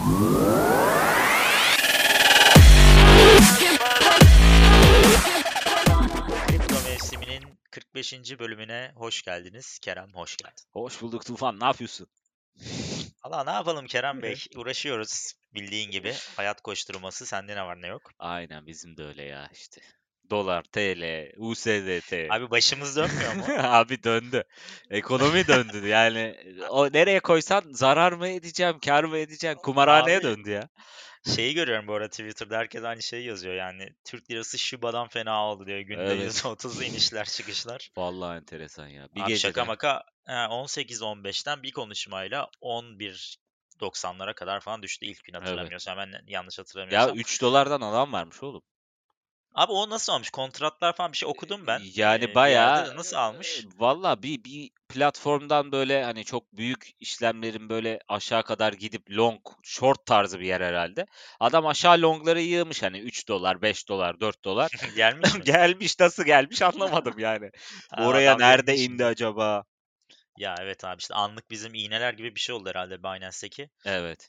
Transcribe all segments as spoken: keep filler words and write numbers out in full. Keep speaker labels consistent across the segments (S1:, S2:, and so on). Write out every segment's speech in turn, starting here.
S1: Kripto mevsiminin kırk beşinci bölümüne hoş geldiniz. Kerem hoş geldin.
S2: Hoş bulduk Tufan. Ne yapıyorsun?
S1: Allah ne yapalım Kerem Bey? Uğraşıyoruz bildiğin gibi. Hayat koşturması. Sende ne var ne yok?
S2: Aynen bizim de öyle ya işte. Dolar, T L, U S D T.
S1: Abi başımız dönmüyor mu?
S2: Abi döndü. Ekonomi döndü. Yani o nereye koysan zarar mı edeceğim, kar mı edeceğim? Kumarhaneye
S1: Abi
S2: döndü ya.
S1: şeyi görüyorum bu arada Twitter'da herkes aynı şeyi yazıyor yani. Türk lirası Şuba'dan fena oldu diyor. Günde
S2: Evet.
S1: yüzde otuz inişler çıkışlar.
S2: Vallahi enteresan ya. Bir
S1: Abi şaka
S2: gecede.
S1: maka he, on sekiz on beşten bir konuşmayla on bir doksanlara kadar falan düştü ilk gün
S2: Evet.
S1: hatırlamıyorsam. Ben yanlış
S2: Ya
S1: hatırlamıyorsam.
S2: üç dolardan alan varmış oğlum.
S1: Abi o nasıl olmuş? Kontratlar falan bir şey okudum ben
S2: Yani
S1: eee, bir yerde
S2: bayağı
S1: de nasıl almış?
S2: valla bir bir platformdan böyle hani çok büyük işlemlerin böyle aşağı kadar gidip long, short tarzı bir yer herhalde. Adam aşağı longları yığmış hani üç dolar, beş dolar, dört dolar.
S1: Gelmiş mi?
S2: Gelmiş nasıl gelmiş anlamadım yani.
S1: Ha,
S2: Oraya
S1: adam
S2: nerede
S1: zengin
S2: indi
S1: şimdi.
S2: acaba?
S1: Ya evet abi işte anlık bizim iğneler gibi bir şey oldu herhalde Binance'teki.
S2: Evet.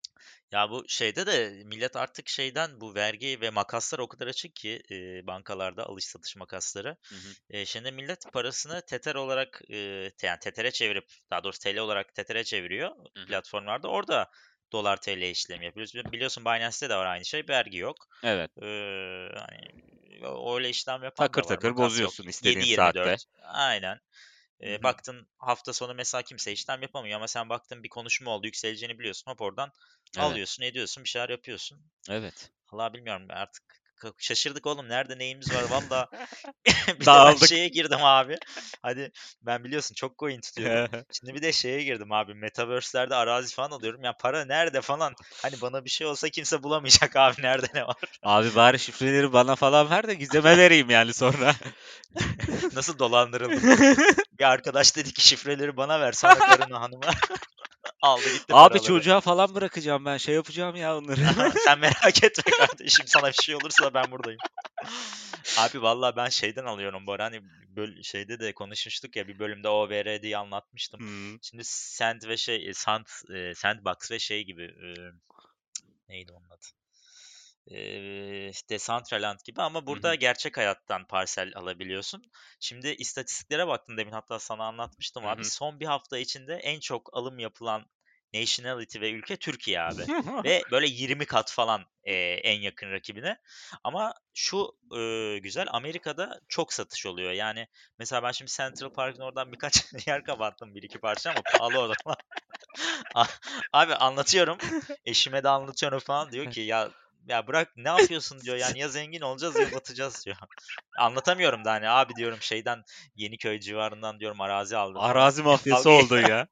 S1: Ya bu şeyde de millet artık şeyden bu vergi ve makaslar o kadar açık ki e, bankalarda alış satış makasları.
S2: Hı hı,
S1: E, şimdi millet parasını Tether olarak e, te- yani Tether'e çevirip daha doğrusu T L olarak Tether'e çeviriyor
S2: hı hı.
S1: platformlarda. Orada dolar T L işlemi yapıyoruz. Biliyorsun Binance'te de var aynı şey. Vergi yok.
S2: Evet.
S1: Ee, hani öyle işlem yapan
S2: Takır
S1: da var.
S2: takır
S1: Makas yok.
S2: bozuyorsun istediğin saatte.
S1: yedi yirmi dört. Aynen.
S2: Hı
S1: Ee,
S2: hı.
S1: baktın hafta sonu mesela kimse işlem yapamıyor ama sen baktın bir konuşma oldu yükseleceğini biliyorsun. Hop oradan
S2: Evet.
S1: alıyorsun, ediyorsun, bir şeyler yapıyorsun.
S2: Evet.
S1: Allah bilmiyorum artık k- şaşırdık oğlum nerede neyimiz var valla. Bir de ben
S2: Dağıldık.
S1: şeye girdim abi. Hadi ben biliyorsun çok coin tutuyordum. Şimdi bir de şeye girdim abi. Metaverse'lerde arazi falan alıyorum. Ya para nerede falan. Hani bana bir şey olsa kimse bulamayacak abi nerede ne var.
S2: Abi bari şifreleri bana falan ver de gizeme vereyim yani sonra.
S1: Nasıl dolandırıldım peki? Bir arkadaş dedi ki şifreleri bana ver sonra karına hanıma aldı gitti
S2: Abi
S1: paraları.
S2: çocuğa falan bırakacağım ben. Şey yapacağım ya onları.
S1: Aha, sen merak etme kardeşim sana bir şey olursa ben buradayım. Abi vallahi ben şeyden alıyorum bu ara hani böl- şeyde de konuşmuştuk ya bir bölümde O V R diye anlatmıştım.
S2: Hımm.
S1: Şimdi Sand ve şey e, Sand e, Sandbox ve şey gibi e, neydi onun adı? Eee, Decentraland gibi ama
S2: Hı
S1: burada
S2: hı.
S1: gerçek hayattan parsel alabiliyorsun. Şimdi istatistiklere baktım demin hatta sana anlatmıştım
S2: Hı
S1: abi.
S2: hı.
S1: Son bir hafta içinde en çok alım yapılan nationality ve ülke Türkiye abi. Ve böyle yirmi kat falan eee, en yakın rakibine. Ama şu eee, güzel Amerika'da çok satış oluyor. Yani mesela ben şimdi Central Park'ın oradan birkaç yer kapattım bir iki parça ama pahalı orada falan. Abi anlatıyorum. Eşime de anlatıyorum falan diyor ki ya ya bırak ne yapıyorsun diyor yani ya zengin olacağız ya batacağız diyor. Anlatamıyorum da hani abi diyorum şeyden Yeniköy civarından diyorum arazi aldım falan.
S2: Arazi mafyası
S1: Dalga,
S2: oldun ya.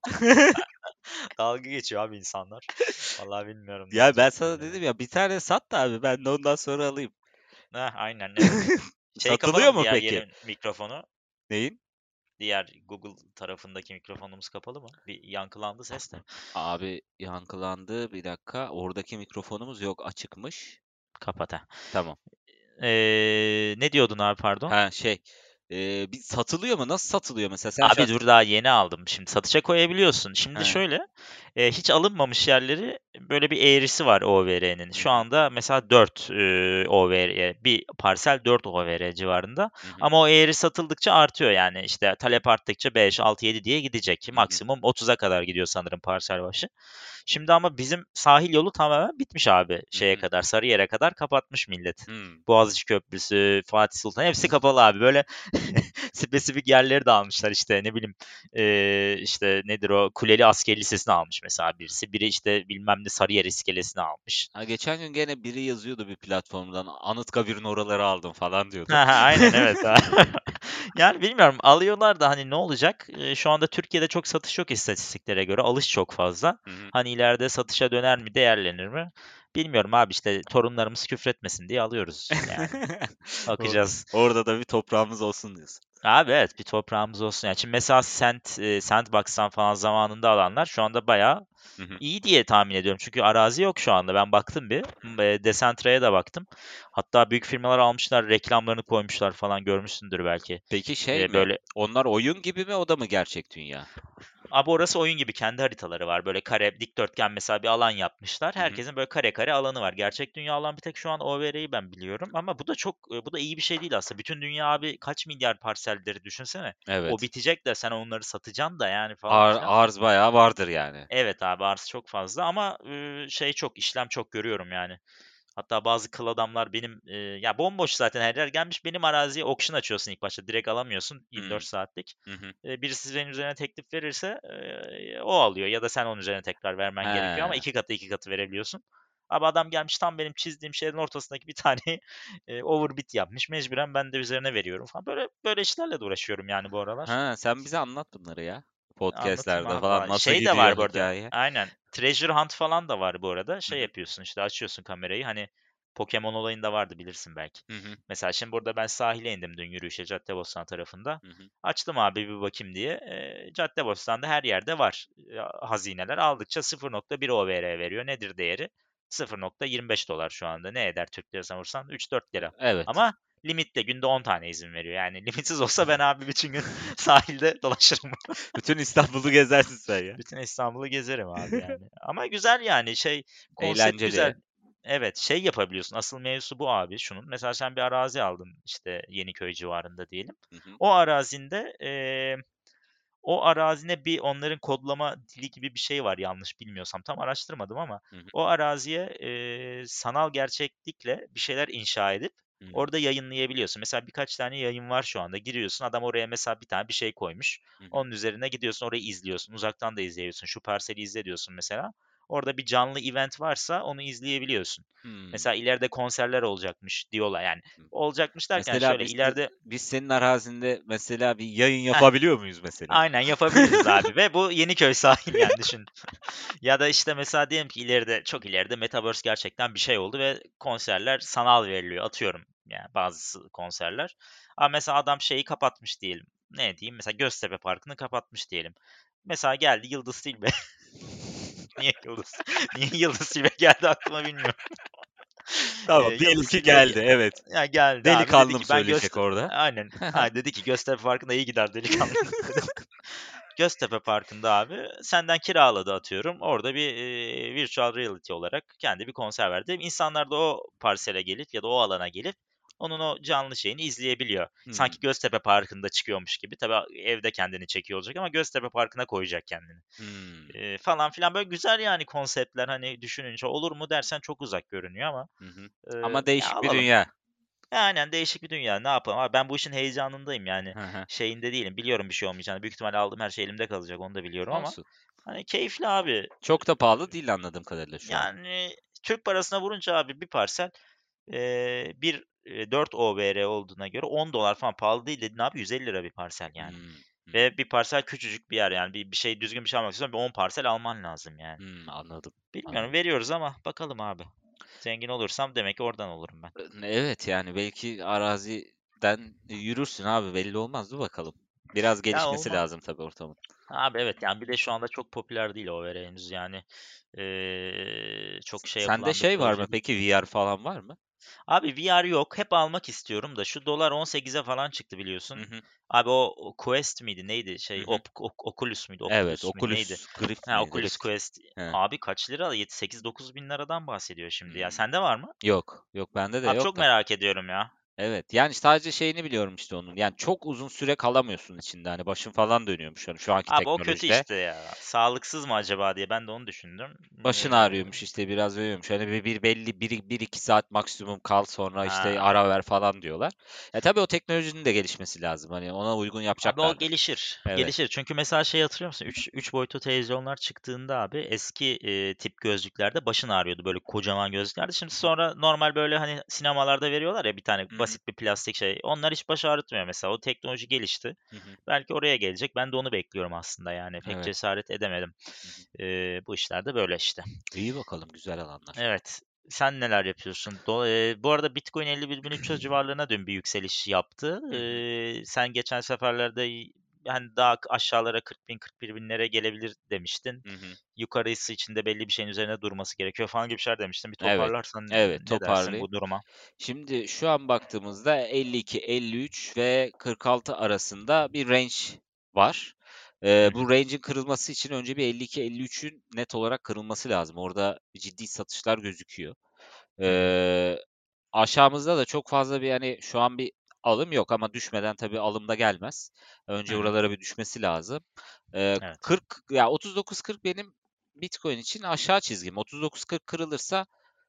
S1: dalga geçiyor abi insanlar. Vallahi bilmiyorum ne
S2: Ya ben
S1: olacak
S2: sana
S1: böyle ya.
S2: dedim ya bir tane sat da abi ben de ondan sonra alayım.
S1: Heh, aynen evet. Şeyi
S2: Satılıyor
S1: kapalım
S2: mu
S1: diğer
S2: peki?
S1: yeni mikrofonu.
S2: Neyin?
S1: Diğer Google tarafındaki mikrofonumuz kapalı mı? Bir yankılandı ses de.
S2: Abi yankılandı. Bir dakika. Oradaki mikrofonumuz yok açıkmış.
S1: Kapat ha.
S2: Tamam.
S1: Ee, ne diyordun abi pardon?
S2: Ha şey. Eee, bir satılıyor mu? Nasıl satılıyor mesela? Sen
S1: Abi
S2: şahsen.
S1: dur daha yeni aldım. Şimdi satışa koyabiliyorsun. Şimdi
S2: He.
S1: şöyle e, hiç alınmamış yerleri böyle bir eğrisi var O V R'nin.
S2: Hı
S1: Şu
S2: hı.
S1: anda mesela dört e, O V R bir parsel dört O V R civarında.
S2: Hı hı.
S1: Ama o eğri satıldıkça artıyor yani. İşte talep arttıkça beş, altı, yedi diye gidecek.
S2: Hı hı.
S1: Maksimum otuza kadar gidiyor sanırım parsel başı. Şimdi ama bizim sahil yolu tamamen bitmiş abi.
S2: Hı
S1: Şeye
S2: hı.
S1: kadar Sarıyer'e kadar kapatmış millet.
S2: Hımm.
S1: Boğaziçi Köprüsü, Fatih Sultan hepsi kapalı abi. Böyle spesifik yerleri de almışlar işte ne bileyim eee, işte nedir o Kuleli Askeri Lisesi'ni almış mesela birisi. Biri işte bilmem ne Sarıyer İskelesi'ni almış.
S2: Ha, geçen gün gene biri yazıyordu bir platformdan. Anıtkabir'in oraları aldım falan diyordu.
S1: Ha, ha, aynen evet. Ha. Yani bilmiyorum alıyorlar da hani ne olacak? Eee, şu anda Türkiye'de çok satış yok istatistiklere göre. Alış çok fazla.
S2: Hı hı.
S1: Hani ileride satışa döner mi, değerlenir mi? Bilmiyorum abi işte torunlarımız küfretmesin diye alıyoruz yani.
S2: O
S1: Bakacağız.
S2: orada da bir toprağımız olsun diyorsun.
S1: Abi evet bir toprağımız olsun. Yani şimdi mesela Sand, e, Sandbox'tan falan zamanında alanlar şu anda bayağı
S2: Hı hı.
S1: iyi diye tahmin ediyorum. Çünkü arazi yok şu anda. Ben baktım bir. M- E, Decentra'ya da baktım. Hatta büyük firmalar almışlar, reklamlarını koymuşlar falan görmüşsündür belki.
S2: Peki şey
S1: E,
S2: mi?
S1: böyle
S2: Onlar oyun gibi mi o da mı gerçek dünya?
S1: Abi orası oyun gibi kendi haritaları var. Böyle kare, dikdörtgen mesela bir alan yapmışlar.
S2: Hı hı.
S1: Herkesin böyle kare kare alanı var. Gerçek dünya alan bir tek şu an O V R'yi ben biliyorum. Ama bu da çok, e, bu da iyi bir şey değil aslında. Bütün dünya abi kaç milyar parselleri düşünsene. O
S2: Evet.
S1: bitecek de sen onları satacaksın da yani falan
S2: Ar
S1: filan.
S2: arz bayağı vardır yani.
S1: Evet abi arz çok fazla ama e, şey çok işlem çok görüyorum yani. Hatta bazı kıl adamlar benim e, ya bomboş zaten her yer gelmiş benim araziye auction açıyorsun ilk başta direkt alamıyorsun yirmi dört
S2: Hımm.
S1: saatlik.
S2: Hı hı.
S1: E, birisi senin üzerine teklif verirse e, o alıyor ya da sen onun üzerine tekrar vermen gerekiyor ama
S2: He.
S1: iki katı iki katı verebiliyorsun. Abi adam gelmiş tam benim çizdiğim şehrin ortasındaki bir tane e, overbid yapmış. Mecburen ben de üzerine veriyorum falan. Böyle böyle işlerle de uğraşıyorum yani bu aralar.
S2: Ha, sen bize anlat bunları ya.
S1: Anlatayım
S2: Podcast'lerde
S1: abi
S2: falan
S1: valla.
S2: nasıl
S1: Şey de
S2: gidiyor
S1: var bu arada.
S2: hikaye?
S1: Aynen. Treasure Hunt falan da var bu arada.
S2: Hı
S1: Şey
S2: hı.
S1: yapıyorsun işte açıyorsun kamerayı. Hani Pokemon olayında vardı bilirsin belki.
S2: Hı hı.
S1: Mesela şimdi burada ben sahile indim dün yürüyüşe Caddebostan tarafında.
S2: Hı hı.
S1: Açtım abi bir bakayım diye. E, Caddebostan'da her yerde var e, hazineler. Aldıkça sıfır nokta bir O V R veriyor. Nedir değeri? sıfır nokta yirmi beş dolar şu anda. Ne eder Türk lirasına vursan? üç dört lira.
S2: Evet.
S1: Ama limitle günde on tane izin veriyor. Yani limitsiz olsa ben abi bütün gün sahilde dolaşırım.
S2: Bütün İstanbul'u gezersin sen ya.
S1: Bütün İstanbul'u gezerim abi yani. Ama güzel yani şey konsept güzel.
S2: Eğlenceli.
S1: Evet şey yapabiliyorsun. Asıl mevzu bu abi şunun. Mesela sen bir arazi aldın işte Yeniköy civarında diyelim.
S2: Hı hı.
S1: O arazinde eee, o arazine bir onların kodlama dili gibi bir şey var yanlış bilmiyorsam. Tam araştırmadım ama
S2: Hı hı.
S1: o araziye eee, sanal gerçeklikle bir şeyler inşa edip
S2: Hımm.
S1: orada yayınlayabiliyorsun. Mesela birkaç tane yayın var şu anda. Giriyorsun adam oraya mesela bir tane bir şey koymuş.
S2: Hı hı.
S1: Onun üzerine gidiyorsun orayı izliyorsun. Uzaktan da izleyebiliyorsun. Şu parseli izle diyorsun mesela. Orada bir canlı event varsa onu izleyebiliyorsun.
S2: Hımm.
S1: Mesela ileride konserler olacakmış diyorlar yani.
S2: Hı.
S1: Olacakmış derken
S2: Mesela
S1: şöyle
S2: biz se
S1: ileride
S2: biz senin arazinde mesela bir yayın
S1: heh,
S2: yapabiliyor muyuz mesela?
S1: aynen yapabiliriz abi ve bu Yeniköy sahil yani düşün. Ya da işte mesela diyelim ki ileride çok ileride Metaverse gerçekten bir şey oldu ve konserler sanal veriliyor. Atıyorum yani bazı konserler. Ama mesela adam şeyi kapatmış diyelim. Ne diyeyim? Mesela Göztepe Parkı'nı kapatmış diyelim. Mesela geldi Yıldız Tilbe. Niye Yıldız? Niye Yıldız Tilbe geldi aklıma bilmiyorum. Eee,
S2: Tamam, diyelim
S1: Yıldız
S2: ki
S1: Tilbe ge
S2: geldi, evet.
S1: ya geldi abi dedi
S2: Delikanlım
S1: ki ben
S2: söyleyecek
S1: Gözte
S2: orada.
S1: aynen. Ha, dedi ki Göztepe Parkı'nda iyi gider delikanlı dedi. Göztepe Parkı'nda abi senden kiraladı atıyorum. Orada bir, eee, virtual reality olarak kendi bir konser verdi. İnsanlar da o parsele gelip ya da o alana gelip onun o canlı şeyini izleyebiliyor.
S2: Hımm.
S1: Sanki Göztepe Parkı'nda çıkıyormuş gibi. Tabii evde kendini çekiyor olacak ama Göztepe Parkı'na koyacak kendini.
S2: Hımm.
S1: Eee, falan filan böyle güzel yani konseptler hani düşününce. Olur mu dersen çok uzak görünüyor ama,
S2: Hı hı.
S1: eee,
S2: Ama
S1: ya
S2: değişik bir
S1: alalım.
S2: dünya.
S1: Ya aynen değişik bir dünya. Ne yapalım abi ben bu işin heyecanındayım yani.
S2: Hı hı.
S1: Şeyinde değilim. Biliyorum bir şey olmayacağını. Büyük ihtimalle aldığım her şey elimde kalacak. Onu da biliyorum ama
S2: Olsun.
S1: hani keyifli abi.
S2: Çok da pahalı değil anladığım kadarıyla şu an.
S1: Yani Türk parasına vurunca abi bir parsel eee, bir eee, dört O V R olduğuna göre on dolar falan pahalı değil dedin abi yüz elli lira bir parsel yani.
S2: Hımm. Hımm.
S1: Ve bir parsel küçücük bir yer yani bir, bir şey düzgün bir şey almak istiyorsan bir on parsel alman lazım yani.
S2: Hımm, anladım,
S1: Bilmiyorum
S2: anladım.
S1: veriyoruz ama bakalım abi. Zengin olursam demek ki oradan olurum ben.
S2: Iıı, evet, yani belki araziden yürürsün abi belli olmaz. Dur bakalım. Biraz
S1: Ya
S2: gelişmesi
S1: olmaz.
S2: lazım tabii ortamın.
S1: Abi evet yani bir de şu anda çok popüler değil o veri henüz yani eee, çok
S2: S
S1: şey
S2: sende
S1: yapılan bir
S2: şey var mı
S1: proje değil.
S2: peki V R falan var mı?
S1: Abi V R yok hep almak istiyorum da şu dolar on sekize falan çıktı
S2: Hı
S1: biliyorsun.
S2: hı.
S1: Abi o, o Quest miydi neydi
S2: Hı
S1: şey
S2: hı.
S1: Op, Ok- Oculus muydu
S2: Evet,
S1: Oculus muydu neydi?
S2: Oculus Rift
S1: Ha
S2: mi?
S1: Oculus
S2: Rift.
S1: Quest
S2: He.
S1: abi kaç lira? yedi sekiz dokuz bin liradan bahsediyor şimdi ya.
S2: Hımm.
S1: Sende var mı?
S2: Yok, yok bende de
S1: Abi
S2: yok
S1: çok
S2: da.
S1: merak ediyorum ya.
S2: Evet, yani sadece şeyini biliyorum işte onun, yani çok uzun süre kalamıyorsun içinde, hani, başın falan dönüyormuş, hani, şu anki
S1: Abi o kötü
S2: teknolojide.
S1: işte ya. Sağlıksız mı acaba diye ben de onu düşündüm.
S2: Başın
S1: Eee,
S2: ağrıyormuş, işte, biraz ölüyormuş. Hani, bir bir belli bir bir iki saat maksimum kal, sonra, işte,
S1: ha.
S2: ara ver falan diyorlar. E, tabii o teknolojinin de gelişmesi lazım. Hani, ona uygun
S1: Abi o
S2: yapacaklardır.
S1: gelişir.
S2: Evet.
S1: Gelişir. Çünkü mesela şey hatırlıyor musun? üç üç boyutlu televizyonlar çıktığında abi eski, eee, tip gözlüklerde başın ağrıyordu. Böyle kocaman gözlüklerdi. Şimdi
S2: Hı hı.
S1: sonra normal böyle hani sinemalarda veriyorlar ya bir tane
S2: Hı hı.
S1: basit bir plastik şey. Onlar hiç baş ağrıtmıyor mesela. O teknoloji gelişti.
S2: Hı hı.
S1: Belki oraya gelecek. Ben de onu bekliyorum aslında yani. Pek
S2: Evet.
S1: cesaret edemedim.
S2: Hı hı.
S1: Eee, bu işler de böyle işte.
S2: İyi bakalım, güzel alanlar.
S1: Evet. Sen neler yapıyorsun? Do eee, bu arada Bitcoin elli bir bin üç yüz civarlarına dün bir yükseliş yaptı.
S2: Hı hı.
S1: Eee, sen geçen seferlerde y hani, daha k aşağılara kırk bin kırk bir binlere gelebilir demiştin.
S2: Hı hı.
S1: Yukarısı için de belli bir şeyin üzerine durması gerekiyor falan gibi şeyler demiştin. Bir
S2: Evet.
S1: toparlarsan
S2: Evet,
S1: ne dersin
S2: toparlayayım.
S1: bu duruma?
S2: Şimdi şu an baktığımızda elli iki elli üç ve kırk altı arasında bir range var. Eee,
S1: Hı hı.
S2: bu range'in kırılması için önce bir elli iki elli üçün net olarak kırılması lazım. Orada ciddi satışlar gözüküyor.
S1: Hı hı.
S2: Eee, aşağımızda da çok fazla bir, hani, şu an bir alım yok ama düşmeden tabii alım da gelmez.
S1: Hı
S2: Önce
S1: hı.
S2: oralara bir düşmesi lazım. Eee,
S1: Evet.
S2: kırk ya otuz dokuz kırk benim Bitcoin için aşağı çizgim. otuz dokuz kırk kırılırsa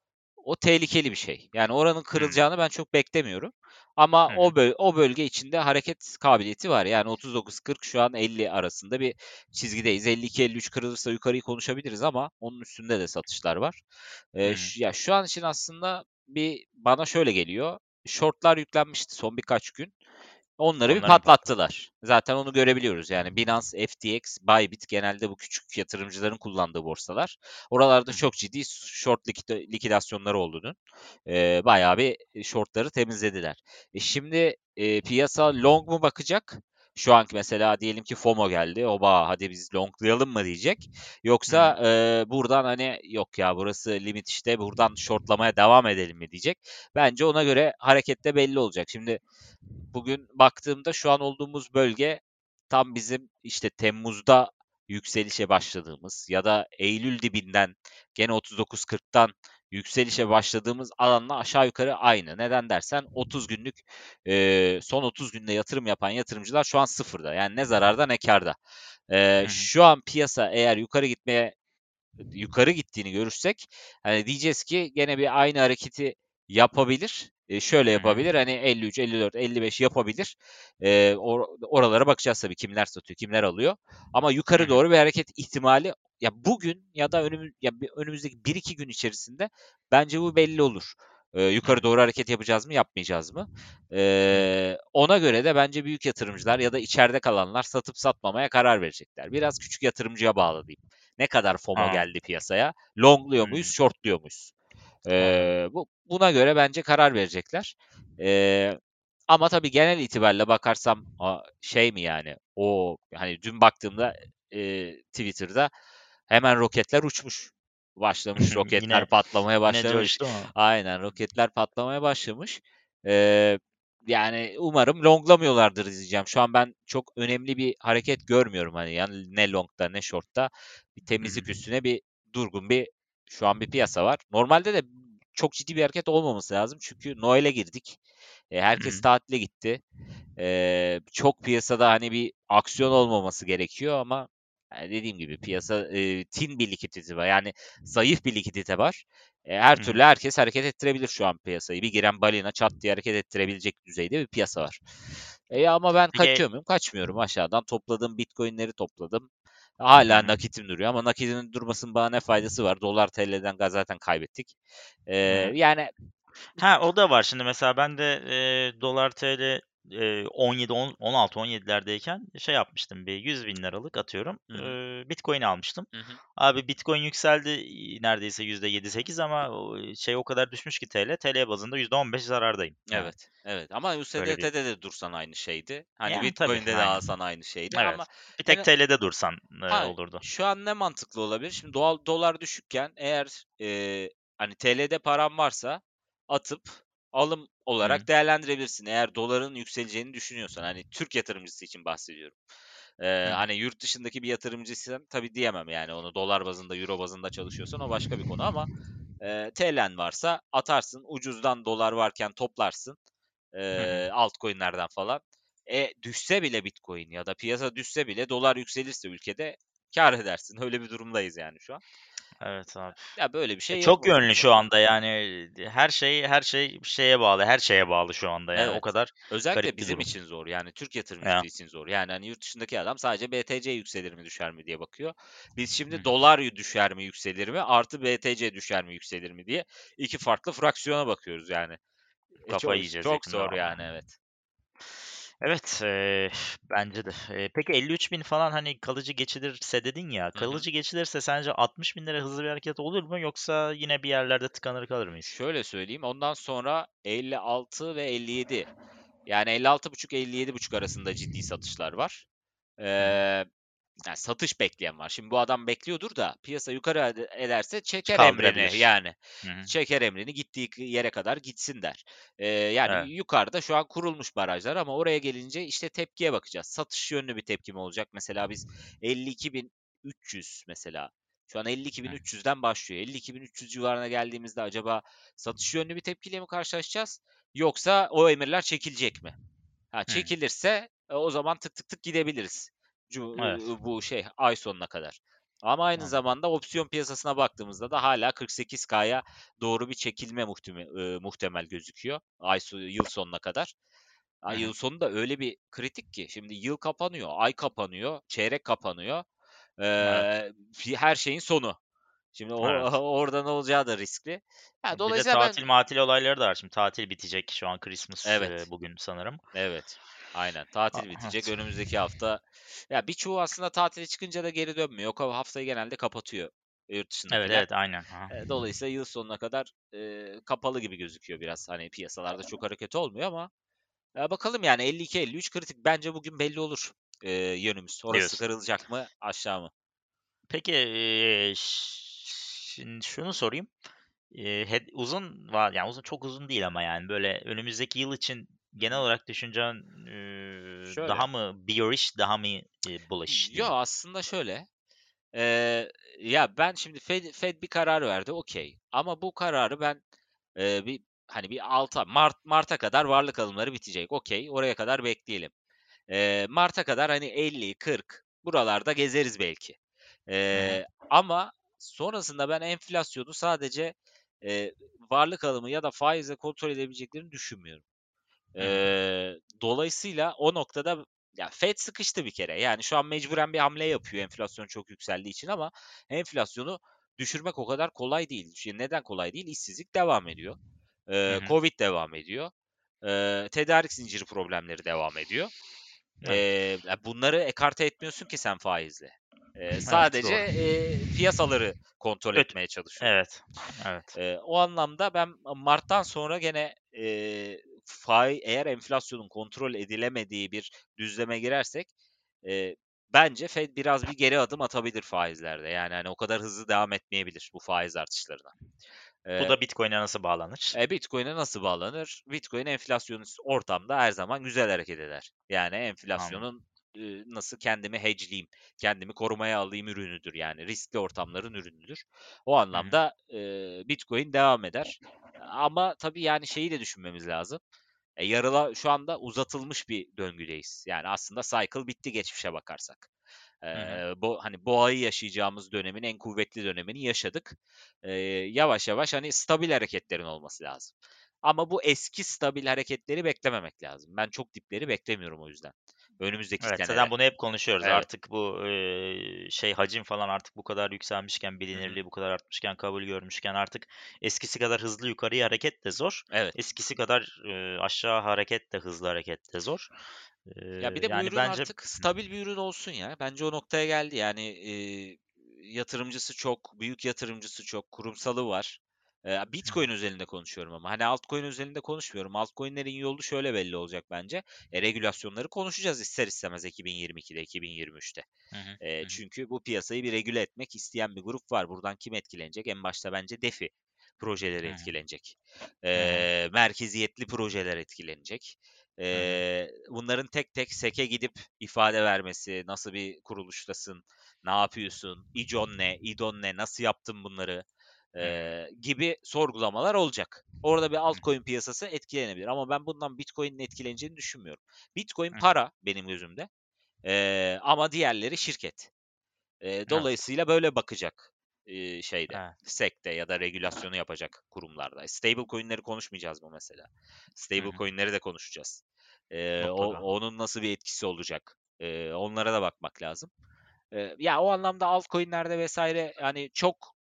S2: o tehlikeli bir şey. Yani oranın
S1: Hımm.
S2: kırılacağını ben çok beklemiyorum. Ama
S1: Hı hı.
S2: o böl o bölge içinde hareket kabiliyeti var. Yani otuz dokuz kırk şu an elli arasında bir çizgideyiz. elli iki elli üç kırılırsa yukarıyı konuşabiliriz ama onun üstünde de satışlar var.
S1: Hı
S2: Eee,
S1: hı.
S2: ş ya şu an için aslında bir bana şöyle geliyor. Short'lar yüklenmişti son birkaç gün. Onları bir
S1: Onları mı patlattı?
S2: patlattılar. Zaten onu görebiliyoruz. Yani Binance, F T X, Bybit genelde bu küçük yatırımcıların kullandığı borsalar. Oralarda
S1: Hı hı.
S2: çok ciddi short likida likidasyonları oldu dün. Eee, bayağı bir short'ları temizlediler. E, şimdi, eee, piyasa long mu bakacak? Şu anki mesela diyelim ki FOMO geldi. "Oba, hadi biz longlayalım mı?" diyecek.
S1: Hı hı.
S2: Yoksa, eee, buradan, hani, "Yok ya, burası limit işte, buradan shortlamaya devam edelim." mi diyecek. Bence ona göre hareket de belli olacak. Şimdi bugün baktığımda şu an olduğumuz bölge tam bizim işte Temmuz'da yükselişe başladığımız ya da Eylül dibinden gene otuz dokuz kırktan yükselişe başladığımız alanla aşağı yukarı aynı. Neden dersen otuz günlük eee, son otuz günde yatırım yapan yatırımcılar şu an sıfırda. Yani ne zararda ne kârda. Eee,
S1: Hı hı.
S2: şu an piyasa eğer yukarı gitmeye yukarı gittiğini görürsek hani diyeceğiz ki gene bir aynı hareketi yapabilir. Eee, şöyle
S1: Hı hı.
S2: yapabilir, hani elli üç, elli dört, elli beş yapabilir. Eee, or oralara bakacağız tabii kimler satıyor, kimler alıyor. Ama
S1: Hı
S2: yukarı
S1: hı.
S2: doğru bir hareket ihtimali ya bugün ya da önümüz ya bir önümüzdeki bir iki gün içerisinde bence bu belli olur. Eee, yukarı
S1: Evet.
S2: doğru hareket yapacağız mı, yapmayacağız mı?
S1: Hı hı.
S2: Eee, ona göre de bence büyük yatırımcılar ya da içeride kalanlar satıp satmamaya karar verecekler. Biraz küçük yatırımcıya bağlı diyeyim. Ne kadar FOMO
S1: Anladım.
S2: geldi piyasaya? Longluyor muyuz,
S1: Hımm.
S2: shortluyor muyuz?
S1: Anladım.
S2: Eee, bu buna göre bence karar verecekler. Eee, ama tabii genel itibariyle bakarsam a şey mi yani, o hani dün baktığımda, eee, Twitter'da hemen roketler uçmuş. Başlamış, roketler
S1: Yine
S2: patlamaya
S1: yine
S2: başlamış.
S1: coştu mu?
S2: Aynen, roketler patlamaya başlamış. Eee, yani umarım longlamıyorlardır diyeceğim. Şu an ben çok önemli bir hareket görmüyorum hani yani ne long'da ne short'ta. Bir
S1: Hı hı.
S2: temizlik üstüne bir durgun bir şu an bir piyasa var. Normalde de çok ciddi bir hareket olmaması lazım. Çünkü Noel'e girdik. E,
S1: Hı
S2: herkes
S1: hı.
S2: tatile gitti. Eee, çok piyasada hani bir aksiyon olmaması gerekiyor ama yani dediğim gibi piyasa eee, tin bir likidite var. Yani zayıf bir likidite var. E, her
S1: Hı
S2: türlü
S1: hı.
S2: herkes hareket ettirebilir şu an piyasayı. Bir giren balina çat diye hareket ettirebilecek düzeyde bir piyasa var. E, ama ben
S1: Peki.
S2: kaçıyor muyum? Kaçmıyorum. Aşağıdan topladığım Bitcoin'leri topladım.
S1: Hı
S2: Hala
S1: hı.
S2: nakitim duruyor ama nakitimin durmasının bana ne faydası var? Dolar T L'den zaten kaybettik. Eee,
S1: Hı hı.
S2: yani
S1: Ha, o da var. Şimdi mesela ben de, eee, dolar T L, eee, on yedi on on altı on yedilerdeyken şey yapmıştım, bir yüz bin liralık atıyorum,
S2: Hı hı.
S1: eee, Bitcoin almıştım.
S2: Hı hı.
S1: Abi Bitcoin yükseldi, iii, neredeyse yüzde yedi sekiz ama o şey o kadar düşmüş ki T L, T L bazında yüzde on beş zarardayım yani.
S2: Evet, evet ama
S1: Öyle bir
S2: U S D T'de de dursan aynı şeydi. Hani
S1: yani tabii,
S2: Bitcoin'de de
S1: aynen.
S2: alsan aynı şeydi ama
S1: Evet. Bir tek
S2: en
S1: T L'de dursan, eee,
S2: ha
S1: olurdu.
S2: şu an ne mantıklı olabilir? Şimdi doğal dolar düşükken eğer, eee, hani T L'de paran varsa atıp alım
S1: Hı hı.
S2: olarak değerlendirebilirsin. Eğer doların yükseleceğini düşünüyorsan, hani Türk yatırımcısı için bahsediyorum. Eee,
S1: Hı hı.
S2: hani yurt dışındaki bir yatırımcıysan tabii diyemem yani onu dolar bazında, euro bazında çalışıyorsan o başka bir konu ama, eee, T L'en varsa atarsın, ucuzdan dolar varken toplarsın.
S1: Hı hı.
S2: Eee, altcoin'lerden falan. E, düşse bile Bitcoin ya da piyasa düşse bile dolar yükselirse ülkede kâr edersin. Öyle bir durumdayız yani şu an.
S1: Evet abi.
S2: Ya böyle bir
S1: E,
S2: şey
S1: çok
S2: yapılması
S1: yönlü şu
S2: lazım.
S1: anda yani, her şey her şey şeye bağlı, her şeye bağlı şu anda yani o
S2: Evet.
S1: kadar
S2: Özellikle
S1: garip bir
S2: bizim
S1: durum.
S2: için zor. Yani Türk yatırımcısı
S1: Ya.
S2: için zor. Yani hani yurt dışındaki adam sadece B T C yükselir mi düşer mi diye bakıyor. Biz
S1: Hı
S2: şimdi
S1: hı.
S2: dolar düşer mi yükselir mi artı B T C düşer mi yükselir mi diye iki farklı fraksiyona bakıyoruz yani. E, çok
S1: Kafayı yiyeceğiz
S2: çok
S1: yakında
S2: zor
S1: valla.
S2: yani evet.
S1: Evet, eee, bence de. Eee, peki elli üç bin falan, hani, kalıcı geçilirse dedin ya,
S2: Hı hı.
S1: kalıcı geçilirse sence altmış bin lira hızlı bir hareket olur mu yoksa yine bir yerlerde tıkanır kalır mıyız?
S2: Şöyle söyleyeyim, ondan sonra elli altı ve elli yedi yani elli altı buçuk elli yedi buçuk arasında ciddi satışlar var.
S1: Hı hı.
S2: Eee, yani satış bekleyen var. Şimdi bu adam bekliyordur da piyasa yukarı ede- ederse çeker emrini
S1: Kaldırabilir.
S2: yani.
S1: Hı hı.
S2: Çeker emrini gittiği k- yere kadar gitsin der. Ee, yani
S1: Evet.
S2: yukarıda şu an kurulmuş barajlar ama oraya gelince işte tepkiye bakacağız. Satış yönlü bir tepki mi olacak? Mesela biz elli iki bin üç yüz mesela. Şu an
S1: Hı
S2: elli iki bin üç yüzden başlıyor. elli iki bin üç yüz civarına geldiğimizde acaba satış yönlü bir tepkiyle mi karşılaşacağız? Yoksa o emirler çekilecek mi? Ha,
S1: hı.
S2: çekilirse e, o zaman tık tık tık gidebiliriz. Cu-
S1: Evet.
S2: e, bu şey ay sonuna kadar. Ama aynı
S1: Anladım.
S2: zamanda opsiyon piyasasına baktığımızda da hala kırk sekiz K'ya doğru bir çekilme muhtemel, e, muhtemel gözüküyor. Ay so- yıl sonuna kadar.
S1: Hı
S2: Ha,
S1: hı.
S2: yıl sonu da öyle bir kritik ki. Şimdi yıl kapanıyor, ay kapanıyor, çeyrek kapanıyor.
S1: Evet.
S2: Ee, her şeyin sonu. Şimdi o
S1: Evet.
S2: orada ne olacağı da riskli. Ha,
S1: Bir de
S2: dolayısıyla ben
S1: tatil matil olayları da var. Şimdi tatil bitecek. Şu an Christmas e,
S2: evet.
S1: bugün sanırım.
S2: Evet. Aynen.
S1: A-
S2: Tatil bitecek.
S1: Evet.
S2: Önümüzdeki hafta ya birçoğu aslında tatile çıkınca da geri dönmüyor. O haftayı genelde kapatıyor yurt
S1: Evet,
S2: dışındakiler.
S1: evet, aynen. Aha.
S2: E, dolayısıyla yıl sonuna kadar e, kapalı gibi gözüküyor biraz. Hani piyasalarda çok hareket olmuyor ama e, bakalım yani elli iki elli üç kritik. Bence bugün belli olur e, yönümüz. Orası
S1: Diyorsun.
S2: kırılacak mı, aşağı mı?
S1: Peki eee, ş- şimdi şunu sorayım. Eee, head- uzun var yani uzun çok uzun değil ama yani böyle önümüzdeki yıl için genel
S2: Hı.
S1: olarak düşüncen eee,
S2: Şöyle.
S1: daha mı bearish daha mı eee, bullish
S2: Yo
S1: diyeyim.
S2: aslında şöyle. Eee, ya ben şimdi Fed, Fed bir karar verdi, okey. Ama bu kararı ben eee, bir hani bir altı Mart Mart'a kadar varlık alımları bitecek. Okey. Oraya kadar bekleyelim. Eee, Mart'a kadar hani elli, kırk buralarda gezeriz belki.
S1: Hı hı,
S2: Eee, ama sonrasında ben enflasyonu sadece eee, varlık alımı ya da faizle kontrol edebileceklerini düşünmüyorum.
S1: hı hı,
S2: Eee, dolayısıyla o noktada ya Fed sıkıştı bir kere. Yani şu an mecburen bir hamle yapıyor enflasyon çok yükseldiği için ama enflasyonu düşürmek o kadar kolay değil. Şimdi neden kolay değil? İşsizlik devam ediyor.
S1: hı
S2: Eee,
S1: hı.
S2: Covid devam ediyor. Eee, tedarik zinciri problemleri devam ediyor.
S1: Evet.
S2: Eee, ya bunları ekarte etmiyorsun ki sen faizle. Eee,
S1: Evet,
S2: sadece
S1: doğru.
S2: eee, piyasaları kontrol
S1: Öt
S2: etmeye çalışıyorsun.
S1: evet. Evet.
S2: Eee, o anlamda ben Mart'tan sonra gene eee, fai eğer enflasyonun kontrol edilemediği bir düzleme girersek eee, bence Fed biraz bir geri adım atabilir faizlerde. Yani hani o kadar hızlı devam etmeyebilir bu faiz artışlarına.
S1: Bu
S2: Eee
S1: da Bitcoin'e nasıl bağlanır?
S2: e, Bitcoin'e nasıl bağlanır? Bitcoin enflasyonist ortamda her zaman güzel hareket eder. Yani
S1: Anladım.
S2: enflasyonun e, nasıl kendimi hedgeleyeyim, kendimi korumaya alayım ürünüdür yani riskli ortamların ürünüdür. O
S1: Hı hı.
S2: anlamda e, Bitcoin devam eder. Ama tabii yani şeyi de düşünmemiz lazım. E, yarıla şu anda uzatılmış bir döngüdeyiz. Yani aslında cycle bitti geçmişe bakarsak.
S1: Hı hı.
S2: Eee, bu hani boğayı yaşayacağımız dönemin en kuvvetli dönemini yaşadık. Eee, yavaş yavaş hani stabil hareketlerin olması lazım. Ama bu eski stabil hareketleri beklememek lazım. Ben çok dipleri beklemiyorum o yüzden. Önümüzdeki
S1: Evet,
S2: senede.
S1: zaten bunu hep konuşuyoruz.
S2: Evet.
S1: Artık bu eee, şey hacim falan artık bu kadar yükselmişken,
S2: Hı hı.
S1: bilinirliği bu kadar artmışken, kabul görmüşken artık eskisi kadar hızlı yukarıya hareket de zor.
S2: Evet.
S1: Eskisi kadar eee, aşağı hareket de hızlı hareket de zor.
S2: Ya bir
S1: Eee,
S2: de bu
S1: yani
S2: ürün
S1: bence
S2: artık stabil bir ürün olsun ya. Bence o noktaya geldi. Yani eee, yatırımcısı çok, büyük yatırımcısı çok, kurumsalı var. Eee,
S1: Hı hı,
S2: Bitcoin özelinde konuşuyorum ama. Hani altcoin özelinde konuşmuyorum. Altcoin'lerin yolu şöyle belli olacak bence. E, regülasyonları konuşacağız ister istemez iki bin yirmi ikide, iki bin yirmi üçte.
S1: hı hı,
S2: Eee,
S1: hı hı,
S2: çünkü bu piyasayı bir regüle etmek isteyen bir grup var. Buradan kim etkilenecek? En başta bence DeFi projeleri
S1: hı hı,
S2: etkilenecek.
S1: hı hı,
S2: Eee, merkeziyetli projeler etkilenecek.
S1: hı hı,
S2: Eee, bunların tek tek seke gidip ifade vermesi, nasıl bir kuruluştasın, ne yapıyorsun, İCON ne, İDON ne, nasıl yaptın bunları
S1: hı hı,
S2: eee, gibi sorgulamalar olacak. Orada bir
S1: hı hı,
S2: altcoin piyasası etkilenebilir ama ben bundan Bitcoin'in etkileneceğini düşünmüyorum. Bitcoin
S1: hı hı.
S2: para benim gözümde. Eee, ama diğerleri şirket. Eee,
S1: Evet,
S2: dolayısıyla böyle bakacak eee, şeyde,
S1: evet.
S2: sekte ya da regülasyonu yapacak kurumlarda. Stable coin'leri konuşmayacağız mı mesela?
S1: Hı
S2: Stable
S1: hı,
S2: coin'leri de konuşacağız. Eee, o
S1: mutlaka.
S2: onun nasıl bir etkisi olacak? Eee, onlara da bakmak lazım. Eee, ya o anlamda altcoin'lerde vesaire yani çok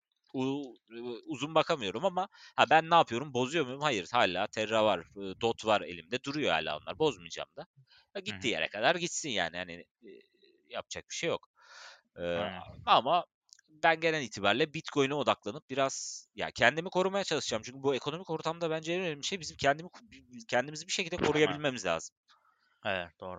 S2: u- uzun bakamıyorum ama ha ben ne yapıyorum? Bozuyor muyum? Hayır. Hala Terra var, e, Dot var elimde. Duruyor hala onlar. Bozmayacağım da. Ha,
S1: Hı
S2: gittiği
S1: hı,
S2: yere kadar gitsin yani. Hani e, yapacak bir şey yok. Ee,
S1: aynen.
S2: ama ben genel itibariyle Bitcoin'e odaklanıp biraz ya kendimi korumaya çalışacağım. Çünkü bu ekonomik ortamda bence en önemli şey bizim kendimi kendimizi bir şekilde
S1: Evet,
S2: koruyabilmemiz lazım.
S1: evet, doğru.